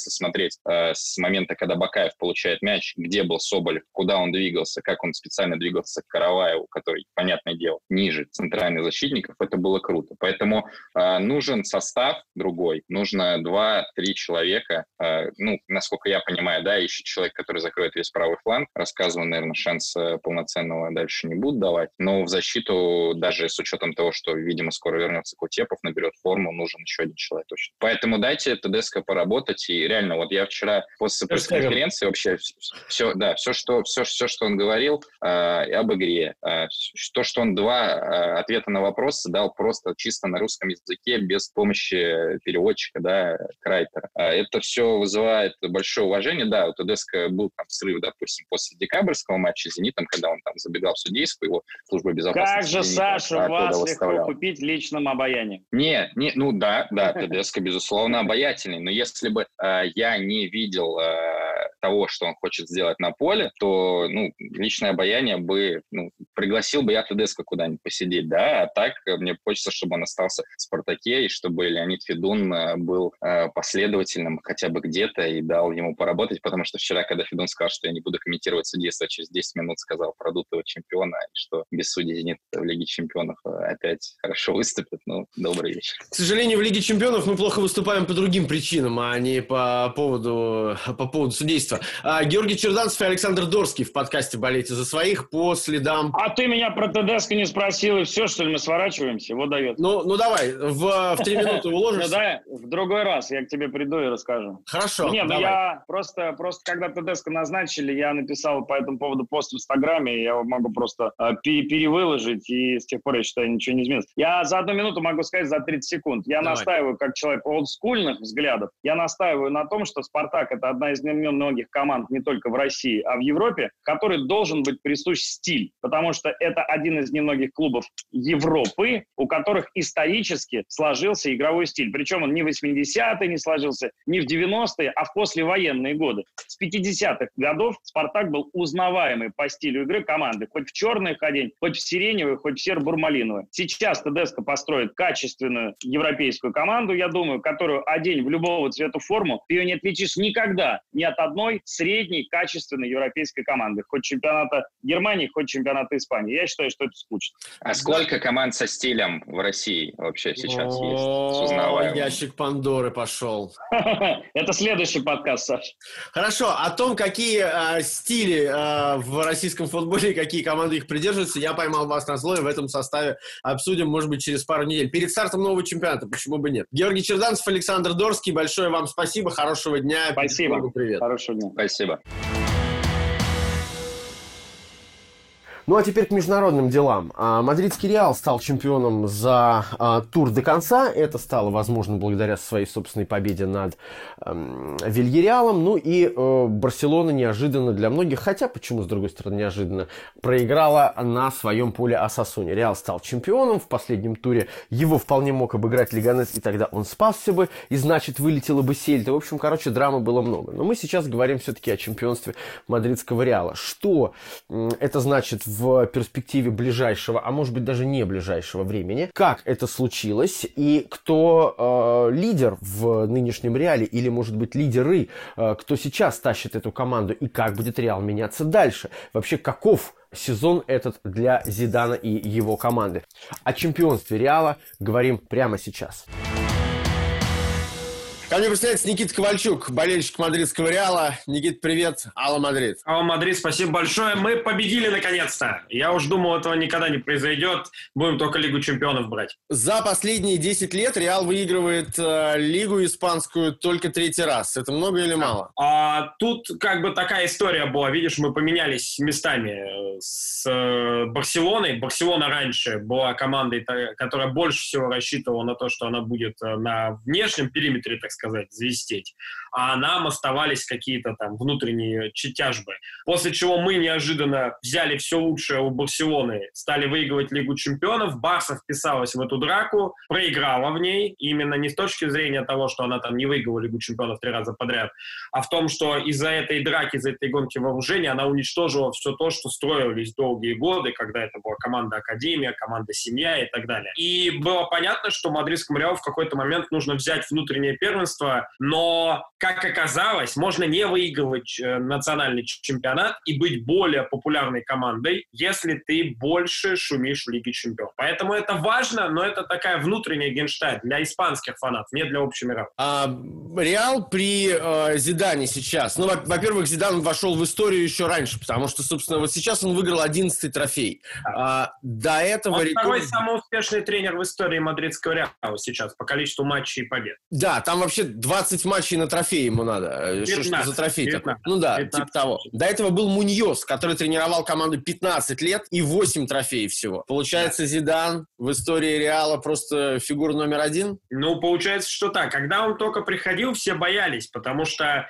если смотреть с момента, когда Бакаев получает мяч, где был Соболев, куда он двигался, как он специально двигался к Караваеву, который, понятное дело, ниже центральных защитников, это было круто. Поэтому нужен состав другой, нужно 2-3 человека, насколько я понимаю, да, еще человек, который закроет весь правый фланг, рассказываю, наверное, шанс полноценного дальше не будут давать, но в защиту, даже с учетом того, что, видимо, скоро вернется Кутепов, наберет форму, нужен еще один человек точно. Поэтому дайте ТДСК поработать, и реально, вот я вчера после пресс-конференции вообще все, что он говорил об игре, то, что он 2 ответа на вопросы дал просто чисто на русском языке, без помощи переводчика, да, Крайтера. Это все вызывает большое уважение. Да, у ТДСК был там срыв, допустим, после декабрьского матча с «Зенитом», когда он там забегал в судейскую, его служба безопасности. Как же, Саша, вас легко купить личным обаянием? Да, ТДСК, безусловно, обаятельный, но если бы я не видел того, что он хочет сделать на поле, то, личное обаяние бы, пригласил бы я ТДСК куда-нибудь посидеть, да, а так мне хочется, чтобы он остался в «Спартаке», и чтобы Леонид Федун был последовательным хотя бы где-то и дал ему поработать, потому что вчера, когда Федун сказал, что я не буду комментировать судейство, через 10 минут сказал про дутого чемпиона, и что без судей «Зенит» в Лиге чемпионов опять хорошо выступит. Добрый вечер. К сожалению, в Лиге чемпионов мы плохо выступаем по другим причинам, а не по поводу судейства. Георгий Черданцев и Александр Дорский в подкасте «Болейте за своих» по следам... А ты меня про ТДСК не спросил, и все, что ли, мы сворачиваемся? Вот дает. Ну давай, в 3 минуты уложишься. Да, в другой раз я к тебе приду и расскажу. Хорошо, давай. Я просто когда ТДСК назначили, я написал по этому поводу пост в Инстаграме, я могу просто перевыложить, и с тех пор, я считаю, ничего не изменилось. Я за 1 минуту могу сказать за 30 секунд. Я настаиваю, как человек олдскульных взглядов, я настаиваю на том, что «Спартак» — это одна из немногих команд не только в России, а в Европе, которой должен быть присущ стиль, потому что это один из немногих клубов Европы, у которых исторически сложился игровой стиль. Причем он не в 80-е не сложился, не в 90-е, а в послевоенные годы. С 50-х годов «Спартак» был узнаваемый по стилю игры команды. Хоть в черный ходень, хоть в сиреневый, хоть в серо-бурмалиновый. Сейчас ТДСК построит качественную европейскую команду, я думаю, которую одень в любого цвета форму, ты ее не отличишь никогда ни от одной средней качественной европейской команды. Хоть чемпионата Германии, хоть чемпионата Испании. Я считаю, что это скучно. А сколько команд со стилем в России вообще сейчас есть? С узнаваемым? Ящик Пандоры пошел. Это следующий подкаст, Саша. Хорошо, о том, какие стили в российском футболе, какие команды их придерживаются, я поймал вас на зло, и в этом составе обсудим, может быть, через пару недель. Перед стартом нового чемпионата, почему бы нет. Георгий Черданцев, Александр Дорский, большое вам спасибо, хорошего дня. Спасибо. Привет. Хорошего дня. Спасибо. Ну а теперь к международным делам. Мадридский Реал стал чемпионом за тур до конца. Это стало возможно благодаря своей собственной победе над Вильяреалом. Ну и Барселона неожиданно для многих, хотя почему, с другой стороны, неожиданно, проиграла на своем поле Осасуне. Реал стал чемпионом. В последнем туре его вполне мог обыграть Леганес, и тогда он спасся бы, и значит вылетела бы Сельта. В общем, драмы было много. Но мы сейчас говорим все-таки о чемпионстве мадридского Реала. Что это значит в перспективе ближайшего, а может быть даже не ближайшего времени, как это случилось и кто лидер в нынешнем Реале или, может быть, лидеры, кто сейчас тащит эту команду и как будет Реал меняться дальше. Вообще, каков сезон этот для Зидана и его команды. О чемпионстве Реала говорим прямо сейчас. Ко мне присоединяется Никита Ковальчук, болельщик мадридского Реала. Никит, привет. Алла Мадрид. Алла Мадрид, спасибо большое. Мы победили наконец-то. Я уж думал, этого никогда не произойдет. Будем только Лигу чемпионов брать. За последние 10 лет Реал выигрывает Лигу испанскую только 3-й раз. Это много или мало? Тут такая история была. Видишь, мы поменялись местами с Барселоной. Барселона раньше была командой, которая больше всего рассчитывала на то, что она будет на внешнем периметре, так сказать, звездеть, а нам оставались какие-то там внутренние тяжбы. После чего мы неожиданно взяли все лучшее у Барселоны, стали выигрывать Лигу чемпионов. Барса вписалась в эту драку, проиграла в ней, именно не с точки зрения того, что она там не выиграла Лигу чемпионов 3 раза подряд, а в том, что из-за этой драки, из-за этой гонки вооружения она уничтожила все то, что строились долгие годы, когда это была команда Академия, команда Семья и так далее. И было понятно, что мадридскому Реалу в какой-то момент нужно взять внутреннее первенство, но как оказалось, можно не выигрывать национальный чемпионат и быть более популярной командой, если ты больше шумишь в Лиге Чемпионов. Поэтому это важно, но это такая внутренняя генштальт для испанских фанатов, не для общемировых. Реал при Зидане сейчас. Ну, во-первых, Зидан вошел в историю еще раньше, потому что, собственно, вот сейчас он выиграл 11-й трофей. До этого... Он второй самый успешный тренер в истории мадридского Реала сейчас по количеству матчей и побед. Да, там вообще 20 матчей на трофей ему надо. 15, что за трофей 15, такой? Ну да, 15. типа того. До этого был Муньос, который тренировал команду 15 лет и 8 трофеев всего. Получается, Зидан в истории Реала просто фигура номер 1? Ну, получается, что так. Когда он только приходил, все боялись, потому что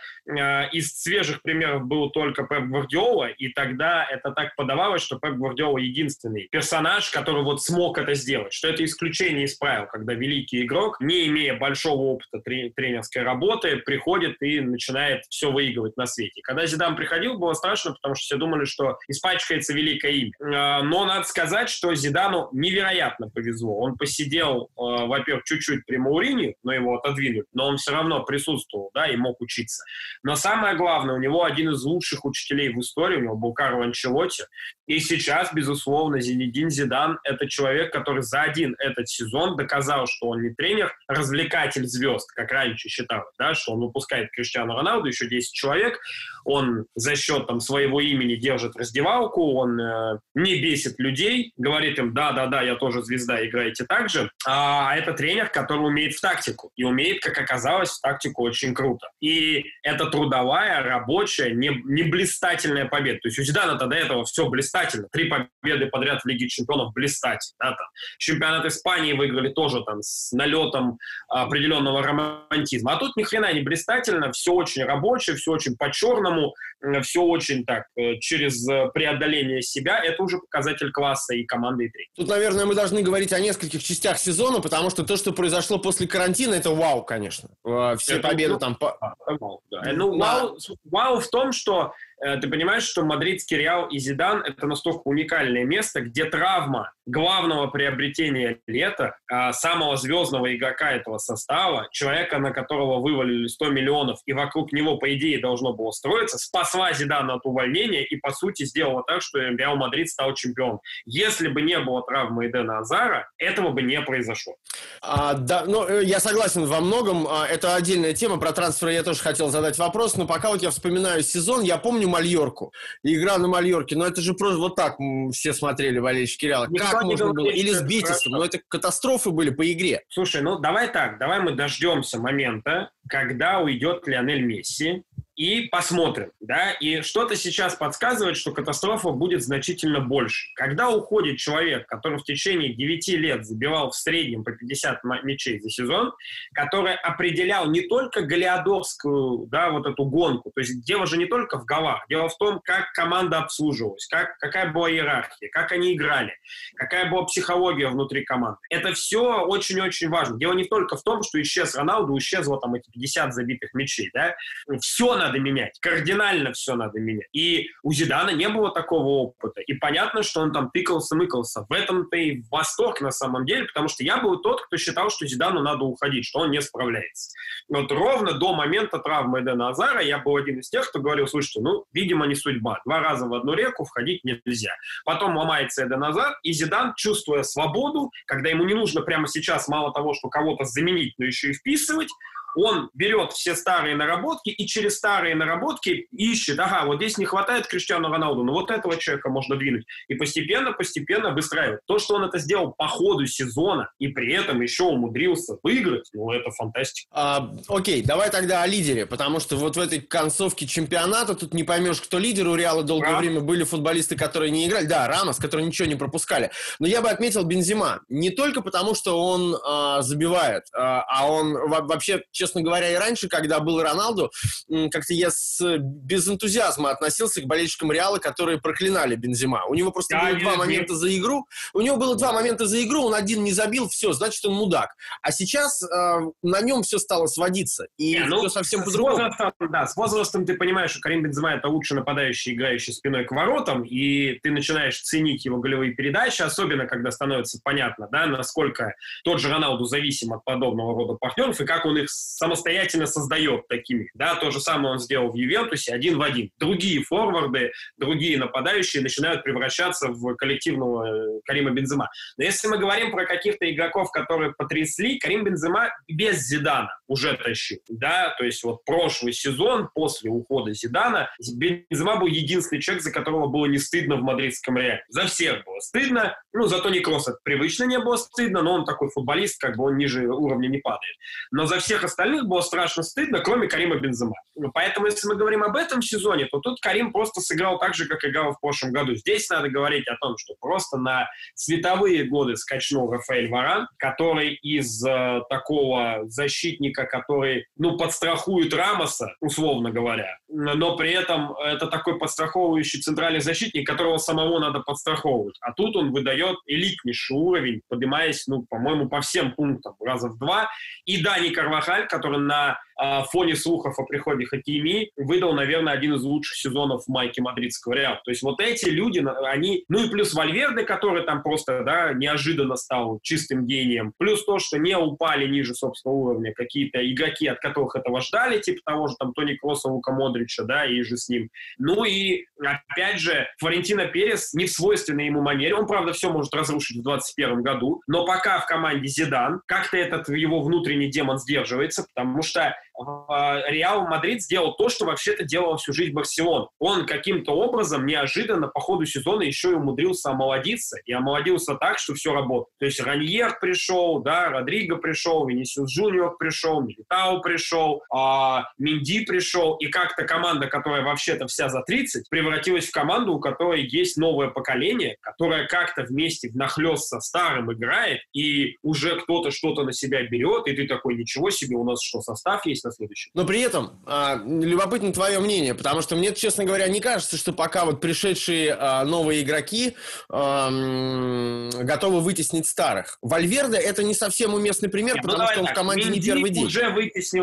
из свежих примеров был только Пеп Гвардиола, и тогда это так подавалось, что Пеп Гвардиола единственный персонаж, который вот смог это сделать, что это исключение из правил, когда великий игрок, не имея большого опыта тренерской работы, приходит и начинает все выигрывать на свете. Когда Зидан приходил, было страшно, потому что все думали, что испачкается великое имя. Но надо сказать, что Зидану невероятно повезло. Он посидел, во-первых, чуть-чуть при Мауриньо, но его отодвинули, но он все равно присутствовал, да, и мог учиться. Но самое главное, у него один из лучших учителей в истории, у него был Карло Анчелотти. И сейчас, безусловно, Зинедин Зидан – это человек, который за один этот сезон доказал, что он не тренер, развлекатель звезд, как раньше считалось, да, что он выпускает Криштиану Роналду, еще 10 человек, он за счет там, своего имени держит раздевалку, он не бесит людей, говорит им, да, я тоже звезда, играйте так же. А это тренер, который умеет в тактику. И умеет, как оказалось, в тактику очень круто. И это трудовая, рабочая, не блистательная победа. То есть у Зидана-то до этого все блистательно. 3 победы подряд в Лиге Чемпионов блистательно. Да, там. Чемпионат Испании выиграли тоже там, с налетом определенного романтизма. А тут ни хрена не блистательно, все очень рабочее, все очень по-черному, все очень так, через преодоление себя. Это уже показатель класса и команды, и тренера. Тут, наверное, мы должны говорить о нескольких частях сезона, потому что то, что произошло после карантина, это вау, конечно. Все это, победы там... Вау, да. Вау в том, что ты понимаешь, что мадридский Реал и Зидан – это настолько уникальное место, где травма главного приобретения лета, самого звездного игрока этого состава, человека, на которого вывалили 100 миллионов, и вокруг него, по идее, должно было строиться, спасла Зидана от увольнения и, по сути, сделала так, что Реал Мадрид стал чемпионом. Если бы не было травмы Эдена Азара, этого бы не произошло. Да, я согласен во многом. Это отдельная тема. Про трансферы я тоже хотел задать вопрос, но пока вот я вспоминаю сезон, я помню Мальорку. Игра на Мальорке. Но это же просто вот так все смотрели болельщики Реала. Как можно было? Или с Бетисом. Но это катастрофы были по игре. Слушай, давай мы дождемся момента, когда уйдет Лионель Месси, и посмотрим, да, и что-то сейчас подсказывает, что катастрофа будет значительно больше. Когда уходит человек, который в течение 9 лет забивал в среднем по 50 мячей за сезон, который определял не только голеадорскую, да, вот эту гонку, то есть дело же не только в голах, дело в том, как команда обслуживалась, какая была иерархия, как они играли, какая была психология внутри команды. Это все очень-очень важно. Дело не только в том, что исчез Роналду, исчезло там эти 50 забитых мячей, да, все надо менять, кардинально все надо менять. И у Зидана не было такого опыта. И понятно, что он там тыкался-мыкался. В этом-то и восторг на самом деле, потому что я был тот, кто считал, что Зидану надо уходить, что он не справляется. Вот ровно до момента травмы Эдена Азара я был один из тех, кто говорил, слушайте, видимо, не судьба. 2 раза в одну реку входить нельзя. Потом ломается Эден Азар, и Зидан, чувствуя свободу, когда ему не нужно прямо сейчас мало того, что кого-то заменить, но еще и вписывать, он берет все старые наработки и через старые наработки ищет, вот здесь не хватает Криштиану Роналду, но вот этого человека можно двинуть. И постепенно выстраивает. То, что он это сделал по ходу сезона и при этом еще умудрился выиграть, это фантастика. Окей, давай тогда о лидере, потому что вот в этой концовке чемпионата тут не поймешь, кто лидер. У Реала долгое время были футболисты, которые не играли. Да, Рамос, которые ничего не пропускали. Но я бы отметил Бензема. Не только потому, что он забивает, а он вообще, честно говоря, и раньше, когда был Роналду, как-то я без энтузиазма относился к болельщикам Реала, которые проклинали Бензема. У него просто было 2 момента за игру. У него было 2 момента за игру, он один не забил, все, значит, он мудак. А сейчас на нем все стало сводиться. И все совсем по-другому. С возрастом ты понимаешь, что Карим Бензема — это лучший нападающий, играющий спиной к воротам, и ты начинаешь ценить его голевые передачи, особенно когда становится понятно, да, насколько тот же Роналду зависим от подобного рода партнеров, и как он их самостоятельно создает такими. Да, то же самое он сделал в Ювентусе, один в один. Другие форварды, другие нападающие начинают превращаться в коллективного Карима Бензема. Но если мы говорим про каких-то игроков, которые потрясли, Карим Бензема без Зидана уже тащил. Да, то есть вот прошлый сезон, после ухода Зидана, Бензема был единственный человек, за которого было не стыдно в мадридском Реале. За всех было стыдно, ну, за Тони Кросса привычно не было стыдно, но он такой футболист, как бы он ниже уровня не падает. Но за всех остальных было страшно стыдно, кроме Карима Бензема. Поэтому, если мы говорим об этом сезоне, то тут Карим просто сыграл так же, как играл в прошлом году. Здесь надо говорить о том, что просто на световые годы скачнул Рафаэль Варан, который из такого защитника, который, ну, подстрахует Рамоса, условно говоря, но при этом это такой подстраховывающий центральный защитник, которого самого надо подстраховывать. А тут он выдает элитнейший уровень, поднимаясь, ну, по-моему, по всем пунктам раза в 2. И Дани Карвахаль, который на фоне слухов о приходе Хакими выдал, наверное, один из лучших сезонов в майке мадридского Реала. То есть вот эти люди, они... Ну и плюс Вальверде, который там просто, да, неожиданно стал чистым гением. Плюс то, что не упали ниже собственного уровня какие-то игроки, от которых этого ждали, типа того же там Тони Кросса, Лука Модрича, да, и же с ним. Ну и, опять же, Флорентино Перес не в свойственной ему манере. Он, правда, все может разрушить в 2021 году, но пока в команде Зидан как-то этот его внутренний демон сдерживается, потому что Реал Мадрид сделал то, что вообще-то делал всю жизнь Барселона. Он каким-то образом неожиданно по ходу сезона еще и умудрился омолодиться. И омолодился так, что все работает. То есть Раньер пришел, да, Родриго пришел, Винисиус Джуниор пришел, Милитао пришел, Менди пришел. И как-то команда, которая вообще-то вся за 30, превратилась в команду, у которой есть новое поколение, которое как-то вместе внахлёст со старым играет, и уже кто-то что-то на себя берет, и ты такой, ничего себе, у нас что, состав есть на следующий? Но при этом любопытно твое мнение, потому что мне, честно говоря, не кажется, что пока вот пришедшие новые игроки готовы вытеснить старых. Вальверде — это не совсем уместный пример, потому что он в команде не первый день. Минди уже вытеснил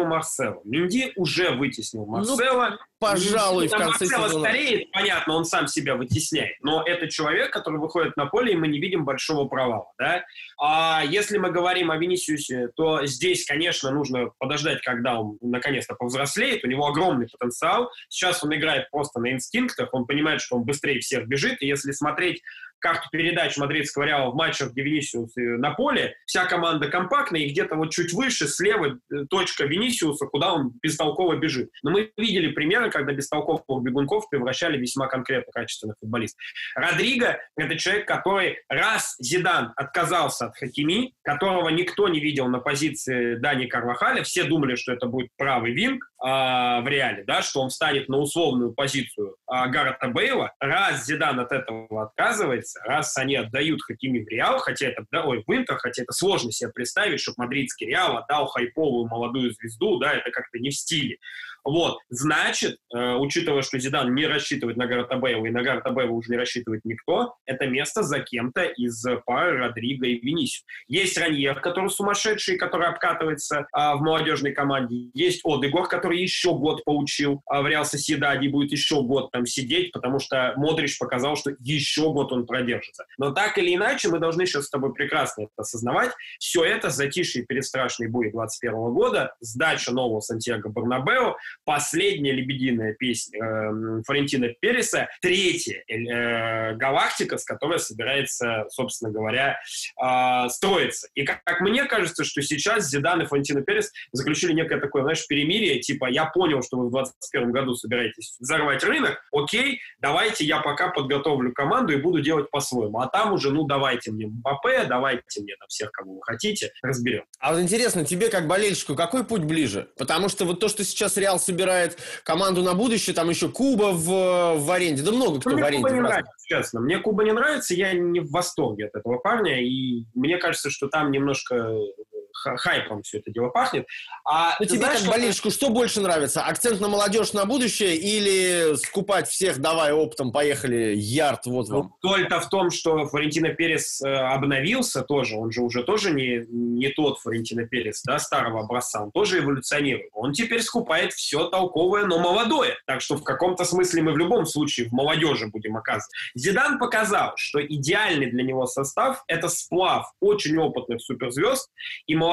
Марсело. Пожалуй, в конце сезона. Марсело стареет, понятно, он сам себя вытесняет, но это человек, который выходит на поле, и мы не видим большого провала, да? А если мы говорим о Винисиусе, то здесь, конечно, нужно подождать, когда он наконец-то повзрослеет, у него огромный потенциал, сейчас он играет просто на инстинктах, он понимает, что он быстрее всех бежит, и если смотреть карту передач мадридского Реала в матчах, где Винисиус на поле, вся команда компактная, и где-то вот чуть выше, слева точка Винисиуса, куда он бестолково бежит. Но мы видели примеры, когда бестолковых бегунков превращали в весьма конкретно качественных футболистов. Родриго — это человек, который, раз Зидан отказался от Хакими, которого никто не видел на позиции Дани Карвахаля, все думали, что это будет правый винг в Реале, да, что он встанет на условную позицию Гарета Бейла. Раз Зидан от этого отказывается, раз они отдают Хакими в Реал, хотя это, в Интер, хотя это сложно себе представить, чтобы мадридский Реал отдал хайповую молодую звезду, да, это как-то не в стиле. Вот, значит, учитывая, что Зидан не рассчитывает на Гарета Бейла, и на Гарета Бейла уже не рассчитывает никто, это место за кем-то из пары Родриго и Винисиус. Есть Раньер, который сумасшедший, который обкатывается в молодежной команде. Есть Одегор, который еще год поучил в Реал Сосьедаде и будет еще год там сидеть, потому что Модрич показал, что еще год он продержится. Но так или иначе, мы должны сейчас с тобой прекрасно это осознавать. Все это затишье перед страшной бурей 2021 года, сдача нового Сантьяго Бернабеу, последняя лебединая песня Флорентино Переса, третья галактика, с которой собирается, собственно говоря, строиться. И как мне кажется, что сейчас Зидан и Флорентино Перес заключили некое такое, знаешь, перемирие, типа, я понял, что вы в 2021 году собираетесь взорвать рынок, окей, давайте я пока подготовлю команду и буду делать по-своему. А там уже, давайте мне Мбаппе, давайте мне там всех, кого вы хотите, разберем. А вот интересно, тебе как болельщику какой путь ближе? Потому что вот то, что сейчас Реал собирает команду на будущее, там еще Куба в аренде, да много кто в аренде. Мне Куба не нравится, честно. Мне Куба не нравится, я не в восторге от этого парня, и мне кажется, что там немножко хайпом все это дело пахнет. Тебе знаешь, как болельщику что больше нравится? Акцент на молодежь, на будущее или скупать всех, давай оптом, поехали, ярд, вот вам? Только в том, что Флорентино Перес обновился тоже, он же уже тоже не тот Флорентино Перес, да, старого образца, он тоже эволюционирует. Он теперь скупает все толковое, но молодое. Так что в каком-то смысле мы в любом случае в молодежи будем оказывать. Зидан показал, что идеальный для него состав — это сплав очень опытных суперзвезд и молодых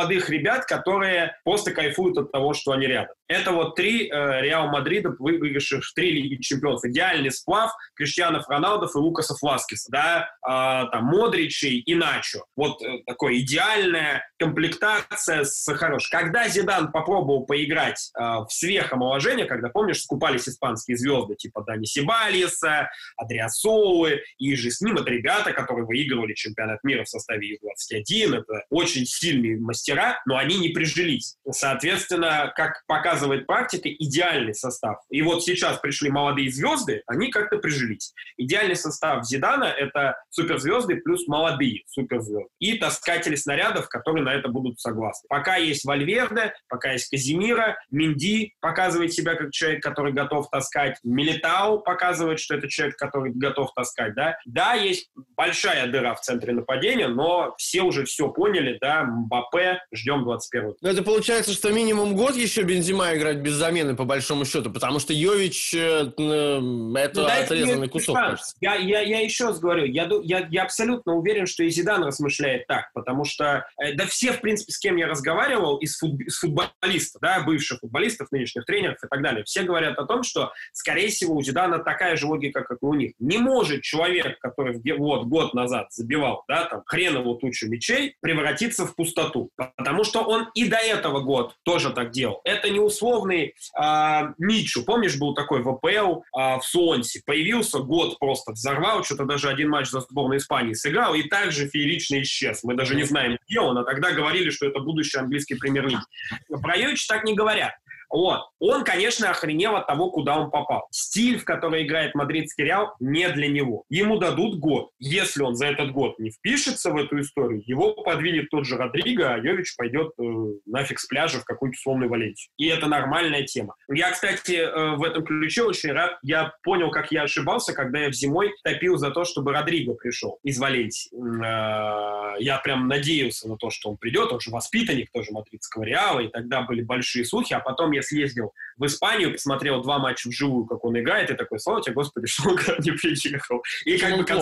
молодых ребят, которые просто кайфуют от того, что они рядом. Это вот 3 Реал Мадрида, выигравших 3 Лиги Чемпионов. Идеальный сплав Криштиану Роналду и Лукаса Власкеса, да, там, Модричей и Начо. Вот такая идеальная комплектация с хорошей. Когда Зидан попробовал поиграть в сверхомоложение, когда, помнишь, скупались испанские звезды, типа Дани Себальеса, Адриасолы, и же с ним это ребята, которые выигрывали чемпионат мира в составе Ю-21, это очень сильные мастера, но они не прижились. Соответственно, как показывает практика, идеальный состав. И вот сейчас пришли молодые звезды, они как-то прижились. Идеальный состав Зидана — это суперзвезды плюс молодые суперзвезды. И таскатели снарядов, которые на это будут согласны. Пока есть Вальверде, пока есть Казимира, Менди показывает себя как человек, который готов таскать, Милитау показывает, что это человек, который готов таскать, да. Да, есть большая дыра в центре нападения, но все уже все поняли, да, Мбаппе, ждем 21-го. Но это получается, что минимум год еще Бензема играть без замены, по большому счету, потому что Йович это отрезанный кусок, кажется. Я еще раз говорю, я абсолютно уверен, что и Зидан размышляет так, потому что, да все, в принципе, с кем я разговаривал, из футболистов, да, бывших футболистов, нынешних тренеров и так далее, все говорят о том, что, скорее всего, у Зидана такая же логика, как и у них. Не может человек, который год назад забивал, да, там, хреновую тучу мячей, превратиться в пустоту. Потому что он и до этого год тоже так делал. Это не условный Митчу. Помнишь, был такой в АПЛ в Суонсе. Появился, год просто взорвал, что-то даже один матч за сборную Испании сыграл и также феерично исчез. Мы даже не знаем, где он, а тогда говорили, что это будущий английский премьер-лиги. Про Йовича так не говорят. Вот. Он, конечно, охренел от того, куда он попал. Стиль, в который играет мадридский Реал, не для него. Ему дадут год. Если он за этот год не впишется в эту историю, его подвинет тот же Родриго, а Йович пойдет нафиг с пляжа в какую-нибудь условную Валенсию. И это нормальная тема. Я, кстати, в этом ключе очень рад. Я понял, как я ошибался, когда я зимой топил за то, чтобы Родриго пришел из Валенсии. Я прям надеялся на то, что он придет. Он же воспитанник тоже мадридского Реала, и тогда были большие слухи. А потом я съездил в Испанию, посмотрел 2 матча вживую, как он играет, и такой, слава тебе, Господи, что он не приехал. И как бы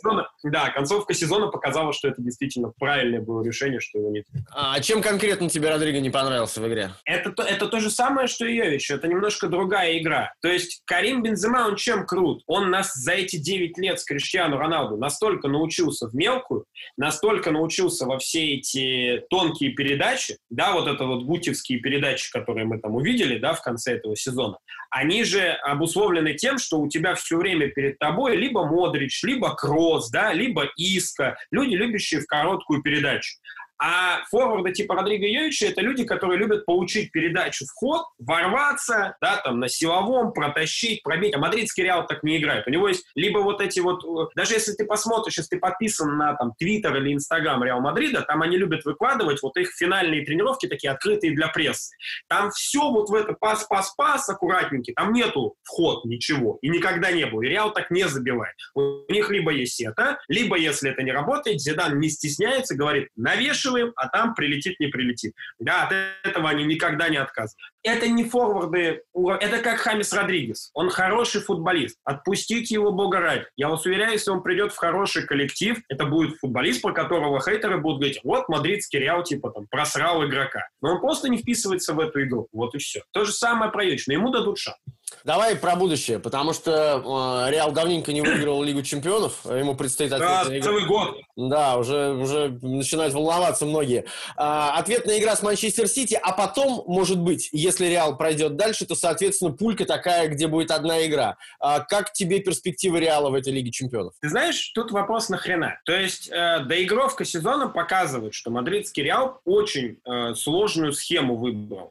концовка сезона показала, что это действительно правильное было решение, что его нет. А чем конкретно тебе Родриго не понравился в игре? Это то же самое, что и Йович. Это немножко другая игра. То есть Карим Бензема, он чем крут? Он нас за эти 9 лет с Криштиану Роналду настолько научился в мелкую, настолько научился во все эти тонкие передачи, да, вот это вот гутевские передачи, которые мы там увидели, да, в конце этого сезона, они же обусловлены тем, что у тебя все время перед тобой либо Модрич, либо Кросс, да, либо Иска, люди, любящие в короткую передачу. А форварды типа Родриго Йовича — это люди, которые любят получить передачу в ход, ворваться, да, там, на силовом, протащить, пробить. А мадридский Реал так не играет. У него есть либо вот эти вот... Даже если ты посмотришь, если ты подписан на там Твиттер или Инстаграм Реал Мадрида, там они любят выкладывать вот их финальные тренировки, такие открытые для прессы. Там все вот в это пас, аккуратненький. Там нету вход, ничего. И никогда не было. И Реал так не забивает. У них либо есть это, либо, если это не работает, Зидан не стесняется, говорит, навешиваем, а там прилетит, не прилетит. Да, от этого они никогда не отказывают. Это не форварды, это как Хамес Родригес. Он хороший футболист. Отпустите его, бога ради. Я вас уверяю, если он придет в хороший коллектив, это будет футболист, про которого хейтеры будут говорить, вот мадридский Реал, типа там, просрал игрока. Но он просто не вписывается в эту игру. Вот и все. То же самое про Йовича. Но ему дадут шанс. Давай про будущее, потому что Реал давненько не выиграл Лигу Чемпионов, ему предстоит ответная игра. Целый год. Да, уже начинают волноваться многие. Ответная игра с Манчестер Сити, а потом, может быть, если Реал пройдет дальше, то, соответственно, пулька такая, где будет одна игра. Как тебе перспективы Реала в этой Лиге Чемпионов? Ты знаешь, тут вопрос нахрена. То есть доигровка сезона показывает, что мадридский Реал очень сложную схему выбрал.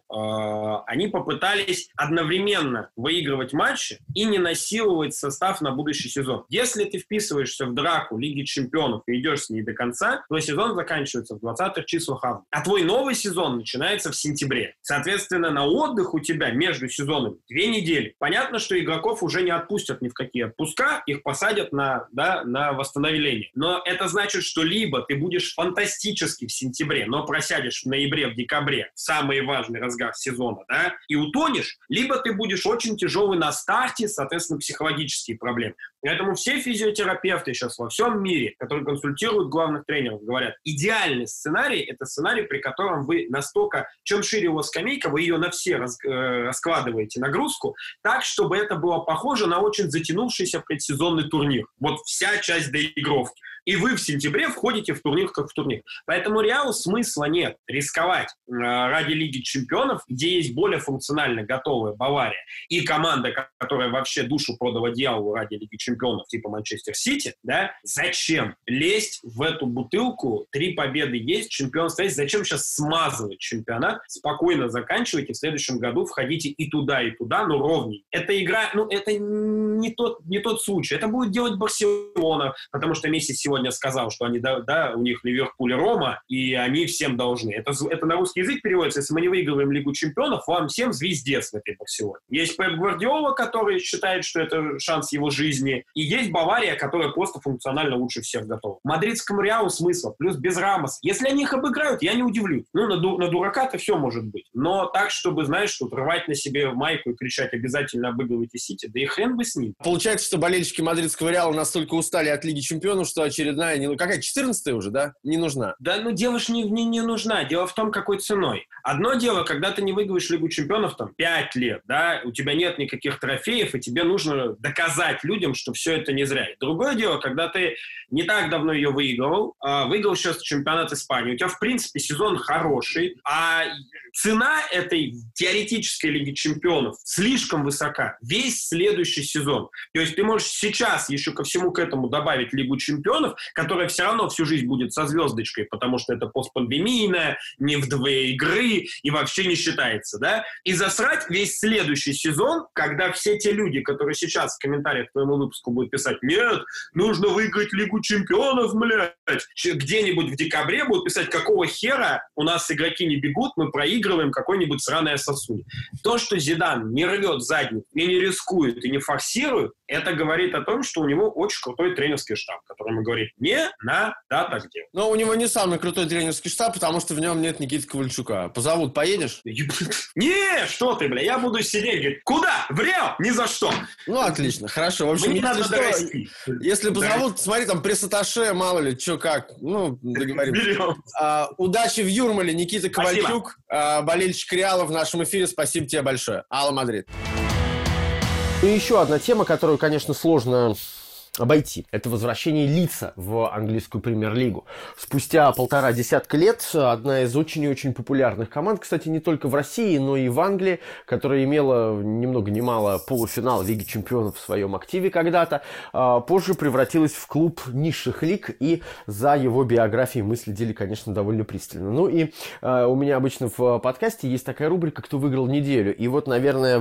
Они попытались одновременно выигрывать матчи и не насиловать состав на будущий сезон. Если ты вписываешься в драку Лиги Чемпионов и идешь с ней до конца, твой сезон заканчивается в 20-х числах августа. А твой новый сезон начинается в сентябре. Соответственно, на отдых у тебя между сезонами 2 недели. Понятно, что игроков уже не отпустят ни в какие отпуска, их посадят на восстановление. Но это значит, что либо ты будешь фантастически в сентябре, но просядешь в ноябре, в декабре, самый важный разгар сезона, да, и утонешь, либо ты будешь очень тяжелый на старте, соответственно, психологические проблемы. Поэтому все физиотерапевты сейчас во всем мире, которые консультируют главных тренеров, говорят, идеальный сценарий – это сценарий, при котором вы настолько, чем шире у вас скамейка, вы ее на все раскладываете нагрузку, так, чтобы это было похоже на очень затянувшийся предсезонный турнир. Вот вся часть доигровки. И вы в сентябре входите в турнир как в турнир. Поэтому Реалу смысла нет рисковать ради Лиги Чемпионов, где есть более функционально готовая Бавария и команда, которая вообще душу продала дьяволу ради Лиги Чемпионов, типа Манчестер Сити, да? Зачем лезть в эту бутылку? 3 победы есть, чемпионство есть. Зачем сейчас смазывать чемпионат? Спокойно заканчивайте, в следующем году входите и туда, но ровней. Эта игра, это не тот случай. Это будет делать Барселона, потому что Месси сегодня сказал, что они, у них Ливерпуль и Рома, и они всем должны. Это на русский язык переводится. Если мы не выигрываем Лигу Чемпионов, вам всем звездец в этой Барселоне. Есть Пеп Гвардиола, который считает, что это шанс его жизни, и есть Бавария, которая просто функционально лучше всех готова. Мадридскому Реалу смысла, плюс без Рамоса. Если они их обыграют, я не удивлюсь. На дурака-то все может быть. Но так, чтобы, знаешь, тут рвать на себе майку и кричать «обязательно обыгрывайте Сити», да и хрен бы с ним. Получается, что болельщики мадридского Реала настолько устали от Лиги Чемпионов, что очередная, какая, 14-я уже, да? Не нужна. Да, дело ж не нужна. Дело в том, какой ценой. Одно дело, когда ты не выигрываешь Лигу Чемпионов 5 лет, да, у тебя нет никаких трофеев, и тебе нужно доказать людям, что все это не зря. Другое дело, когда ты не так давно ее выигрывал сейчас чемпионат Испании, у тебя, в принципе, сезон хороший, а цена этой теоретической Лиги Чемпионов слишком высока. Весь следующий сезон. То есть ты можешь сейчас еще ко всему к этому добавить Лигу Чемпионов, которая все равно всю жизнь будет со звездочкой, потому что это постпандемийная, не в 2 игры и вообще не считается, да? И засрать весь следующий сезон, когда все те люди, которые сейчас в комментариях к твоему выпуску будут писать «Нет, нужно выиграть Лигу Чемпионов, блядь!» где-нибудь в декабре будут писать «Какого хера у нас игроки не бегут, мы проигрываем какой-нибудь сраное сосуд». То, что Зидан не рвет задницу и не рискует, и не форсирует, это говорит о том, что у него очень крутой тренерский штаб, который ему говорит «Не надо так делать». Но у него не самый крутой тренерский штаб, потому что в нем нет Никиты Ковальчука. Позовут, поедешь? Не, что ты, бля, я буду сидеть, говорит, куда? В Реал? Ни за что. Ну, отлично, хорошо. В общем, мне надо дорасти. Если позовут, смотри, там пресс-атташе, мало ли, что как. Ну, договоримся. Удачи в Юрмале, Никита Ковальчук, болельщик Реала в нашем эфире. Спасибо тебе большое. Алла Мадрид. И еще одна тема, которую, конечно, сложно обойти. Это возвращение Лидса в английскую премьер-лигу. Спустя 1,5 десятка лет одна из очень и очень популярных команд, кстати, не только в России, но и в Англии, которая имела ни много ни мало полуфинал Лиги Чемпионов в своем активе когда-то, позже превратилась в клуб низших лиг, и за его биографией мы следили, конечно, довольно пристально. Ну и у меня обычно в подкасте есть такая рубрика «Кто выиграл неделю?». И вот, наверное,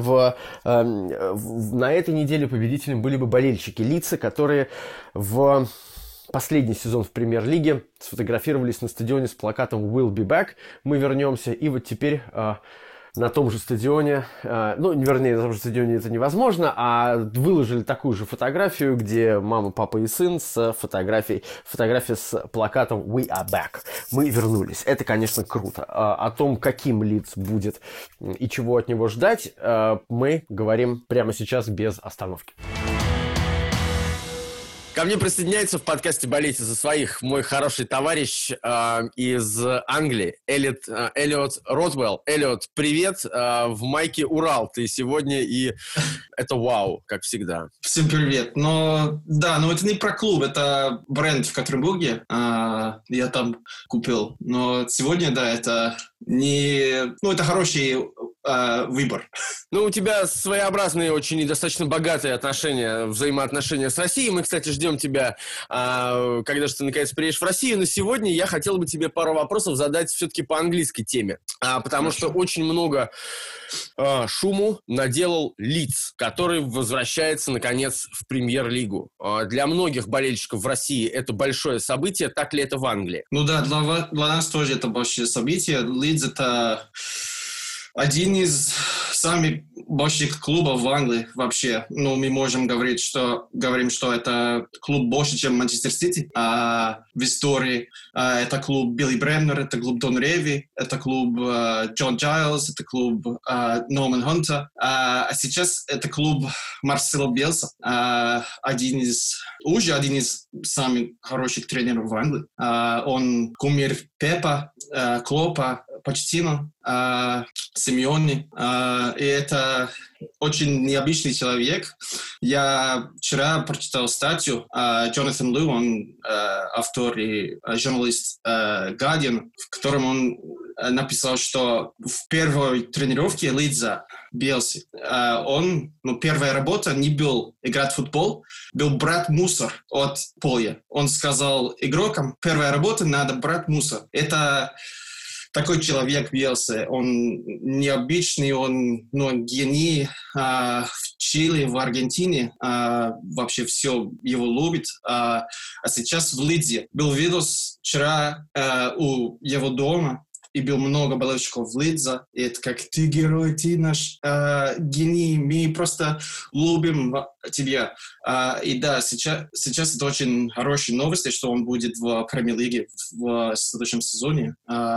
на этой неделе победителем были бы болельщики Лидса, которые в последний сезон в премьер-лиге сфотографировались на стадионе с плакатом «We'll be back», «Мы вернемся», и вот теперь на том же стадионе, на том же стадионе это невозможно, а выложили такую же фотографию, где мама, папа и сын с фотография с плакатом «We are back», «Мы вернулись». Это, конечно, круто. О том, каким Лидс будет и чего от него ждать, мы говорим прямо сейчас без остановки. Ко мне присоединяется в подкасте «Болейте за своих» мой хороший товарищ из Англии, Эллиот Ротвелл. Эллиот, привет. В майке «Урал» ты сегодня, и это вау, как всегда. Всем привет. Это не про клуб, это бренд в Екатеринбурге. Я там купил. Но сегодня, это не... это хороший выбор. У тебя своеобразные, очень и достаточно богатые взаимоотношения с Россией. Мы, кстати, ждем тебя, когда же ты наконец приедешь в Россию. Но сегодня я хотел бы тебе пару вопросов задать все-таки по английской теме. Потому что очень много шуму наделал Лидс, который возвращается, наконец, в премьер-лигу. Для многих болельщиков в России это большое событие. Так ли это в Англии? Для нас тоже это большое событие. Лидс — это один из самых больших клубов в Англии вообще. Ну, мы можем говорить, что это клуб больше, чем Манчестер Сити в истории. Это клуб Билли Брэмнер, это клуб Дон Реви, это клуб Джон Джайлз, это клуб Норман Хантер. А сейчас это клуб Марсело Бьелса, один из самых хороших тренеров в Англии. Он кумир Пепа, Клопа, Почтино, Симеоне. И это очень необычный человек. Я вчера прочитал статью Джонатан Лу, он автор и журналист Guardian, в котором он написал, что в первой тренировке Лидза Биелси, первая работа не был играть в футбол, был брать мусор от поля. Он сказал игрокам, первая работа надо брать мусор. Это такой человек Биелси, он необычный, он гений в Чили, в Аргентине, вообще все его любит. А сейчас в Лидзе. Был видос вчера у его дома, и было много болельщиков в Лидзе. И это как ты герой, ты наш гений, мы просто любим тебя. И да, сейчас это очень хорошие новости, что он будет в Премьер-лиге в следующем сезоне.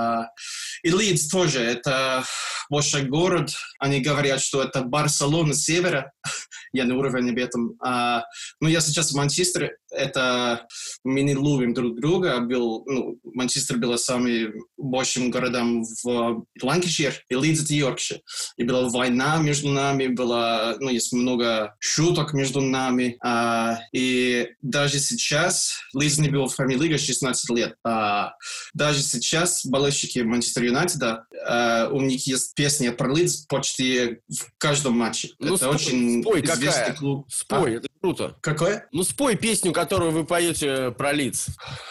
И Лидс тоже, это большой город. Они говорят, что это Барселона севера. Я не уверен об этом. Но я сейчас в Манчестере. Мы не любим друг друга. Манчестер был самым большим городом в Ланкашир, и Лидс это Йоркшир. И была война между нами, есть много шуток между нами. И даже сейчас Лидс не был в Премьер-лиге 16 лет. Даже сейчас болельщики Манчестер Юнайтеда, у них есть песни про Лидс почти в каждом матче. Это очень известный клуб. Спой, это круто. Какое? Спой песню, которую вы поете про Лидс.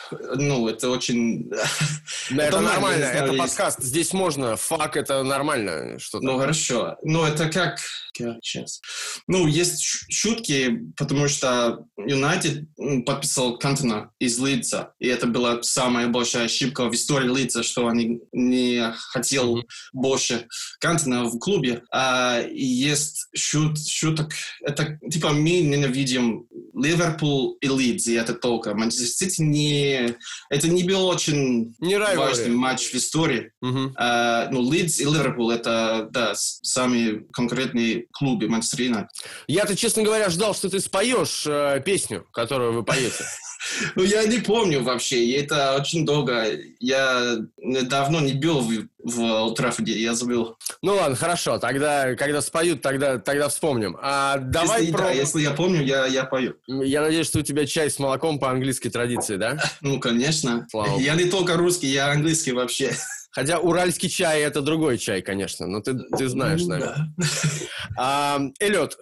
Это очень... Это нормально, это подкаст, здесь можно. Фак, это нормально. Хорошо. Это как сейчас? Есть шутки, потому что Юнайтед подписал Кантона из Лидса, и это была самая большая ошибка в истории Лидса, что они не хотел больше Кантона в клубе. И есть шуток. Это типа мы ненавидим Ливерпуль и Лидс, и это только. Манчестер Сити это не был очень важный матч в истории. Лидс и Ливерпуль это самые конкретные клубы Манчестер Юнайтед. Я-то, честно говоря, ждал, что ты споешь песню, которую вы поете. Я не помню вообще, и это очень долго. Я давно не был в Олд Траффорде, я забыл. Ладно, хорошо, тогда, когда споют, тогда вспомним. Если я помню, я пою. Я надеюсь, что у тебя чай с молоком по английской традиции, да? Конечно. Слава я не только русский, я английский вообще. Хотя уральский чай – это другой чай, конечно, но ты знаешь, наверное. Да. Эллиот,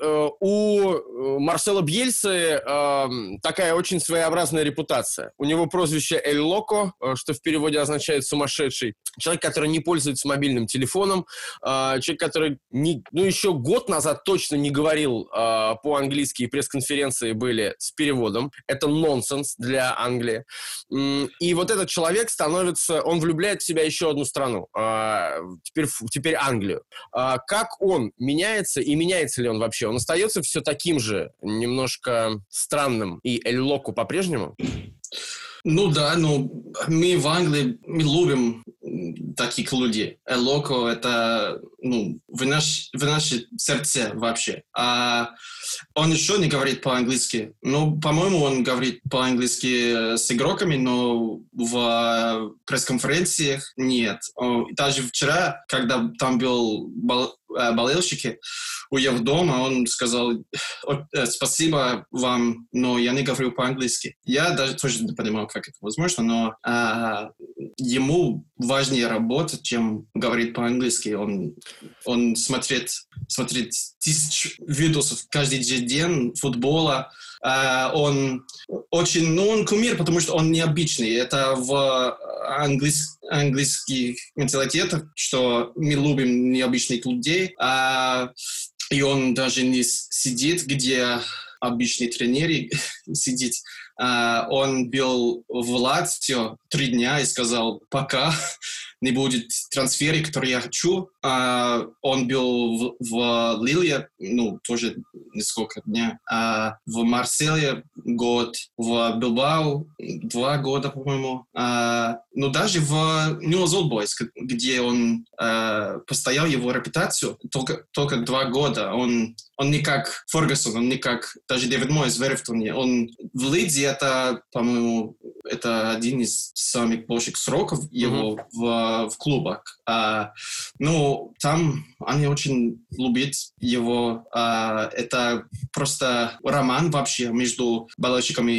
у Марсело Бьельсы такая очень своеобразная репутация. У него прозвище «Эль Локо», что в переводе означает «сумасшедший». Человек, который не пользуется мобильным телефоном, человек, который еще год назад точно не говорил по-английски, и пресс-конференции были с переводом. Это нонсенс для Англии. И вот этот человек он влюбляет в себя еще одну страну, теперь Англию. Как он меняется, и меняется ли он вообще? Он остается все таким же, немножко странным, и Эль Локо по-прежнему? Мы в Англии, мы любим таких людей. Эль Локо это, в наше сердце вообще. Он еще не говорит по-английски. По-моему, он говорит по-английски с игроками, но в пресс-конференциях нет. Даже вчера, когда там был болельщики у его дома, он сказал: спасибо вам, но я не говорю по-английски. Я даже тоже не понимал, как это возможно, но ему важнее работать, чем говорить по-английски. Он смотрит тысяч видосов каждый день футбола. Он очень, он кумир, потому что он необычный. Это в английских менталитетах, что мы любим необычных людей. И он даже не сидит, где обычные тренеры сидят. Он был в Лацио 3 дня и сказал пока. не будет трансфера, который я хочу. Он был в Лиле, тоже несколько дней, в Марселе год, в Билбао 2 года, по-моему. Но даже в Ньюэллс Олд Бойз, где он постоял его репутацию, только 2 года. Он не как Фергюсон, он не как даже Дэвид Мойс в Эвертоне. Он в Лидзе, это, по-моему, это один из самых больших сроков его в клубах. Там они очень любят его. Это просто роман вообще между болельщиками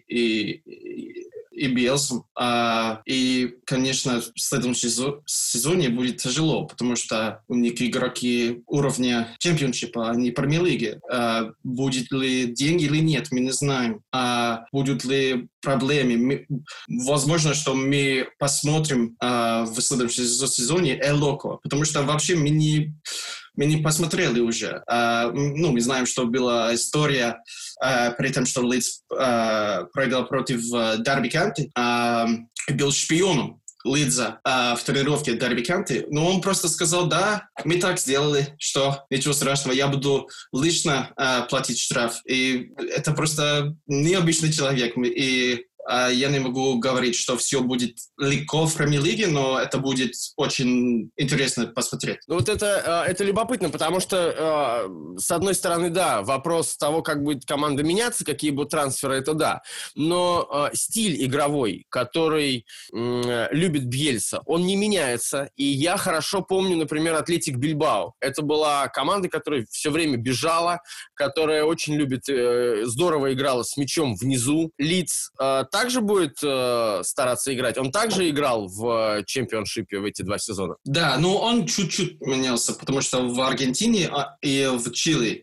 и Биелсом. И, конечно, в следующем сезоне будет тяжело, потому что у них игроки уровня чемпионшипа, а не премьер-лиги. Будет ли деньги или нет, мы не знаем. Будут ли проблемы? Возможно, что мы посмотрим в следующем сезоне Эл-Локо, потому что вообще мы не посмотрели уже. Мы знаем, что была история при том, что Лидс проиграл против Дерби Каунти, был шпионом Лидза в тренировке Дерби Каунти, но он просто сказал: да, мы так сделали, что ничего страшного, я буду лично платить штраф. И это просто необычный человек. И я не могу говорить, что все будет легко в премьер-лиге, но это будет очень интересно посмотреть. Это любопытно, потому что, с одной стороны, да, вопрос того, как будет команда меняться, какие будут трансферы, это да. Но стиль игровой, который любит Бьельса, он не меняется. И я хорошо помню, например, Атлетик Бильбао. Это была команда, которая все время бежала, которая очень любит, здорово играла с мячом внизу. Лидс также будет стараться играть? Он также играл в чемпионшипе в эти 2 сезона? Да, но он чуть-чуть менялся, потому что в Аргентине и в Чили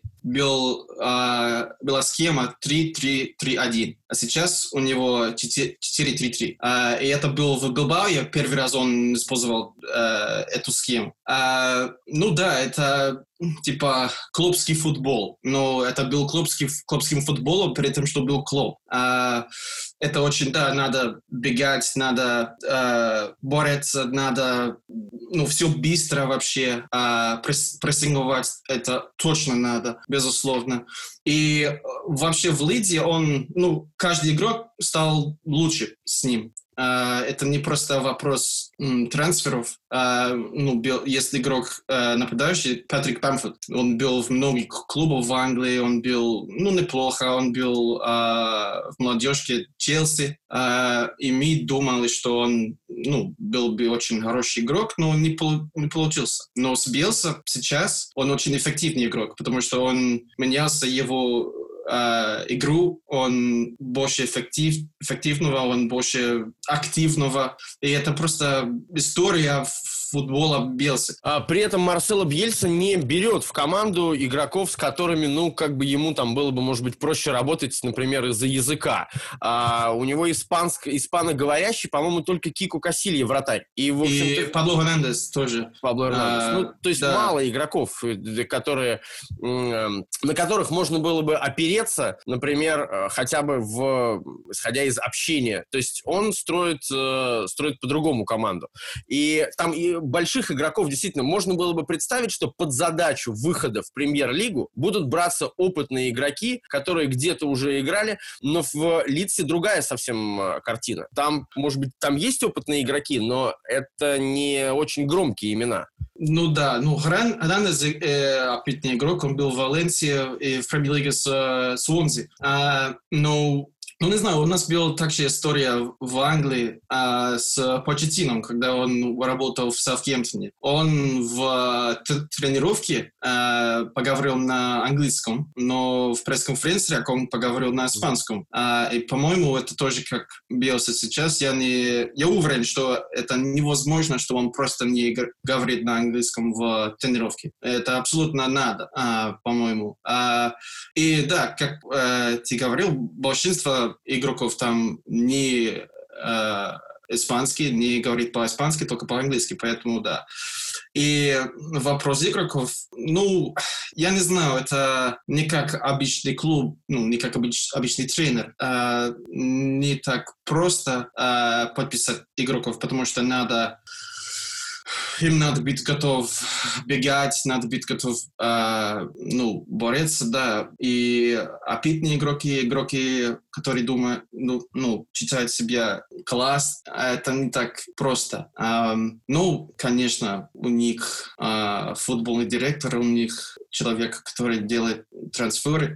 была схема 3-3-3-1, а сейчас у него 4-3-3. И это был в Билбао, первый раз он использовал эту схему. Это типа клубский футбол, но это был клубским футболом, при этом, что был клуб. Это очень, надо бегать, надо бороться, надо, все быстро вообще, прессинговать, это точно надо, безусловно. И вообще в Лидзе каждый игрок стал лучше с ним. Это не просто вопрос трансферов. Есть игрок нападающий, Патрик Бамфорд. Он был в многих клубах в Англии, он был неплохо, он был в молодежке Челси. И мы думали, что он был бы очень хороший игрок, но не получился. Но с Биелса сейчас он очень эффективный игрок, потому что он менялся его игру, он больше эффективного, он больше активного. И это просто история футбола Бьелса. При этом Марсело Бьельса не берет в команду игроков, с которыми, ему там было бы, может быть, проще работать, например, из-за языка. У него испаноговорящий, по-моему, только Кику Касилья вратарь. И Пабло Хернандес тоже. Пабло Хернандес. То есть мало игроков, на которых можно было бы опереться, например, хотя бы исходя из общения. То есть он строит по-другому команду. И там и больших игроков действительно можно было бы представить, что под задачу выхода в премьер-лигу будут браться опытные игроки, которые где-то уже играли, но в Лидсе другая совсем картина. Там, может быть, там есть опытные игроки, но это не очень громкие имена. Хернандес опытный игрок, он был в Валенсии и в премьер-лиге с Суонзи. Не знаю, у нас была также история в Англии с Почеттином, когда он работал в Саутгемптоне. Он в тренировке поговорил на английском, но в пресс-конференции он поговорил на испанском. И, по-моему, это тоже как Биелса сейчас. Я уверен, что это невозможно, что он просто не говорит на английском в тренировке. Это абсолютно надо, по-моему. И да, как ты говорил, большинство игроков там не испанский, не говорит по-испански, только по-английски, поэтому да. И вопрос игроков, я не знаю, это не как обычный клуб, не как обычный тренер. Не так просто подписать игроков, потому что надо им надо быть готов бегать, надо быть готов, бороться, да. И опытные игроки, которые думают, считают себя класс, это не так просто. Конечно, у них футбольный директор, у них человек, который делает трансферы.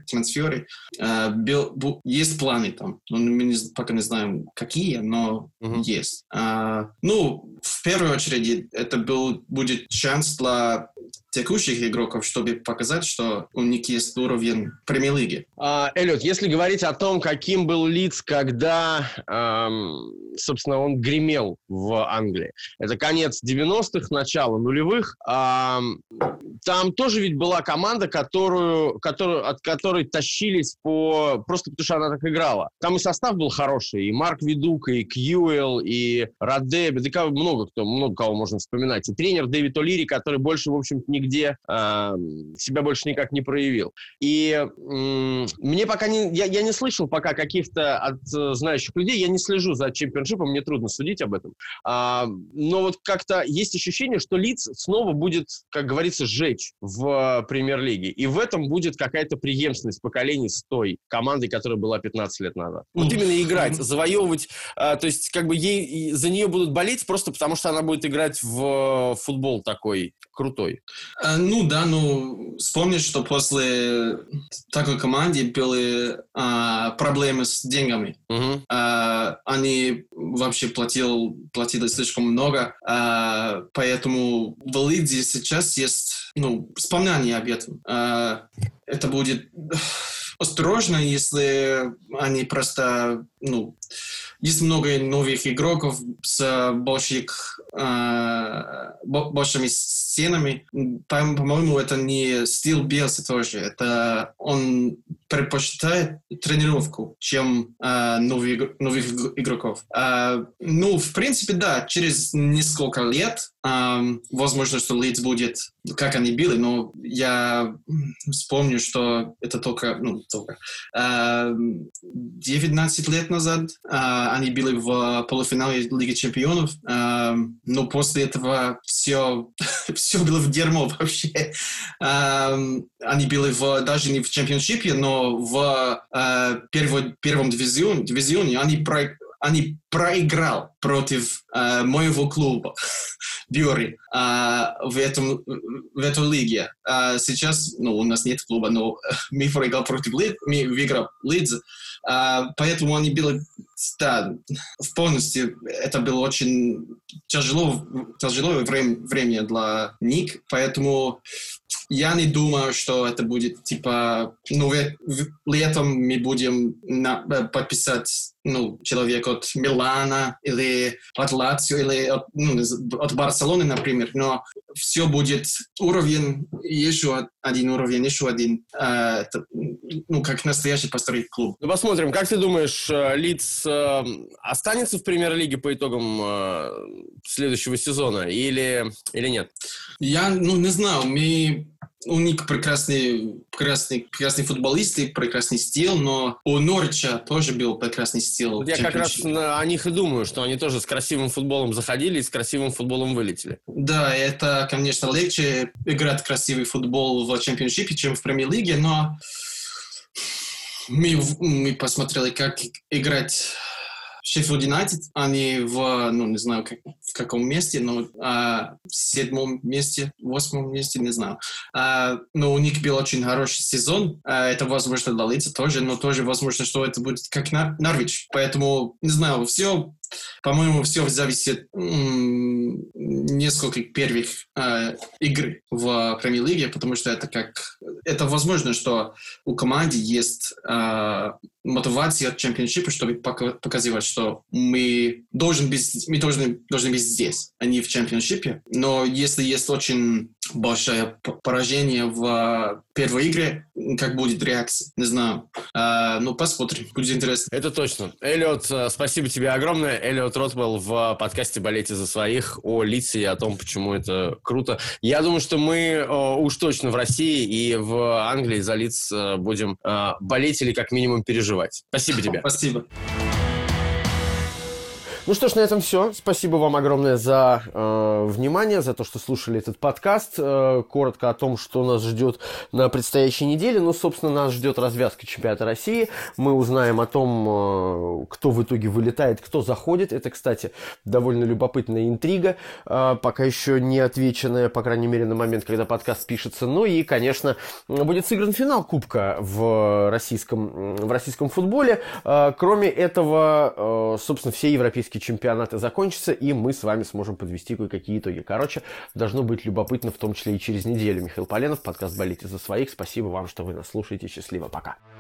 Есть планы там. Мы пока не знаем, какие, но есть. В первую очередь, это будет шанс для текущих игроков, чтобы показать, что у них есть уровень премьер-лиги. Эллиот, если говорить о том, каким был Лидс, когда, собственно, он гремел в Англии, это конец 90-х, начало нулевых, там тоже ведь была команда, от которой тащились просто потому, что она так играла. Там и состав был хороший, и Марк Видука, и Кьюэлл, и Радебе, да много кого можно вспоминать. И тренер Дэвид О'Лири, который больше, в общем-то, нигде себя больше никак не проявил. И мне пока я не слышал пока каких-то от знающих людей, я не слежу за чемпионшипом, мне трудно судить об этом. Но вот как-то есть ощущение, что Лидс снова будет, как говорится, сжечь в премьер-лиге. И в этом будет какая-то преемственность поколений с той командой, которая была 15 лет назад. Вот именно играть, завоевывать, то есть как бы за нее будут болеть просто потому, что она будет играть в футбол такой крутой. Вспомни, что после такой команды были проблемы с деньгами. Они вообще платили слишком много, поэтому в Лидсе сейчас есть вспоминание об этом. Это будет осторожно, если они просто, есть много новых игроков с большими стенами. По-моему, это не стиль Биелсы тоже. Это он предпочитает тренировку, чем новых игроков. В принципе, да, через несколько лет возможно, что Лидс будет, как они были, но я вспомню, что это только 19 лет назад они были в полуфинале Лиги Чемпионов, но после этого все было в дерьмо вообще. Они были даже не в чемпионшипе, но в первом дивизионе они проиграл против моего клуба Бюри в этой лиге. Сейчас, у нас нет клуба, но мы проиграли против Лидс, мы выиграли Лидс. Поэтому они были, полностью, это было очень тяжелое время для них, поэтому я не думаю, что это будет, летом мы будем подписать, человек от Милана или от Лацио, или от Барселоны, например, но все будет еще один, как настоящий построить клуб. Посмотрим, как ты думаешь, Лидс останется в премьер-лиге по итогам следующего сезона или нет? Я, не знаю, у них прекрасные футболисты, прекрасный стиль, но у Норвича тоже был прекрасный стиль. Вот я как раз о них и думаю, что они тоже с красивым футболом заходили и с красивым футболом вылетели. Да, это, конечно, легче играть красивый футбол в чемпионшипе, чем в премьер-лиге, но мы посмотрели, как играть Шеффилд Юнайтед, они не знаю, в каком месте, но в 7-м месте, 8-м месте, не знаю. Но у них был очень хороший сезон. Это возможно для Лидса тоже, но тоже возможно, что это будет как Норвич. Поэтому, не знаю, по-моему, все зависит несколько первых игр в премьер-лиге, потому что это возможно, что у команды есть мотивация от чемпионшипа, чтобы показывать, что мы должны быть здесь, а не в чемпионшипе. Но если есть очень большое поражение в первой игре, как будет реакция? Не знаю. Посмотрим. Будет интересно. Это точно. Эллиот, спасибо тебе огромное. Эллиот Ротвелл в подкасте «Болейте за своих» о Лидсе и о том, почему это круто. Я думаю, что мы уж точно в России и в Англии за Лидс будем болеть или как минимум переживать. Спасибо тебе. Спасибо. Ну что ж, на этом все. Спасибо вам огромное за внимание, за то, что слушали этот подкаст. Коротко о том, что нас ждет на предстоящей неделе. Ну, собственно, нас ждет развязка чемпионата России. Мы узнаем о том, кто в итоге вылетает, кто заходит. Это, кстати, довольно любопытная интрига, пока еще не отвеченная, по крайней мере, на момент, когда подкаст пишется. Ну и, конечно, будет сыгран финал Кубка в российском футболе. Кроме этого, собственно, все европейские чемпионаты закончатся, и мы с вами сможем подвести кое-какие итоги. Короче, должно быть любопытно, в том числе и через неделю. Михаил Поленов, подкаст «Болейте за своих». Спасибо вам, что вы нас слушаете. Счастливо, пока.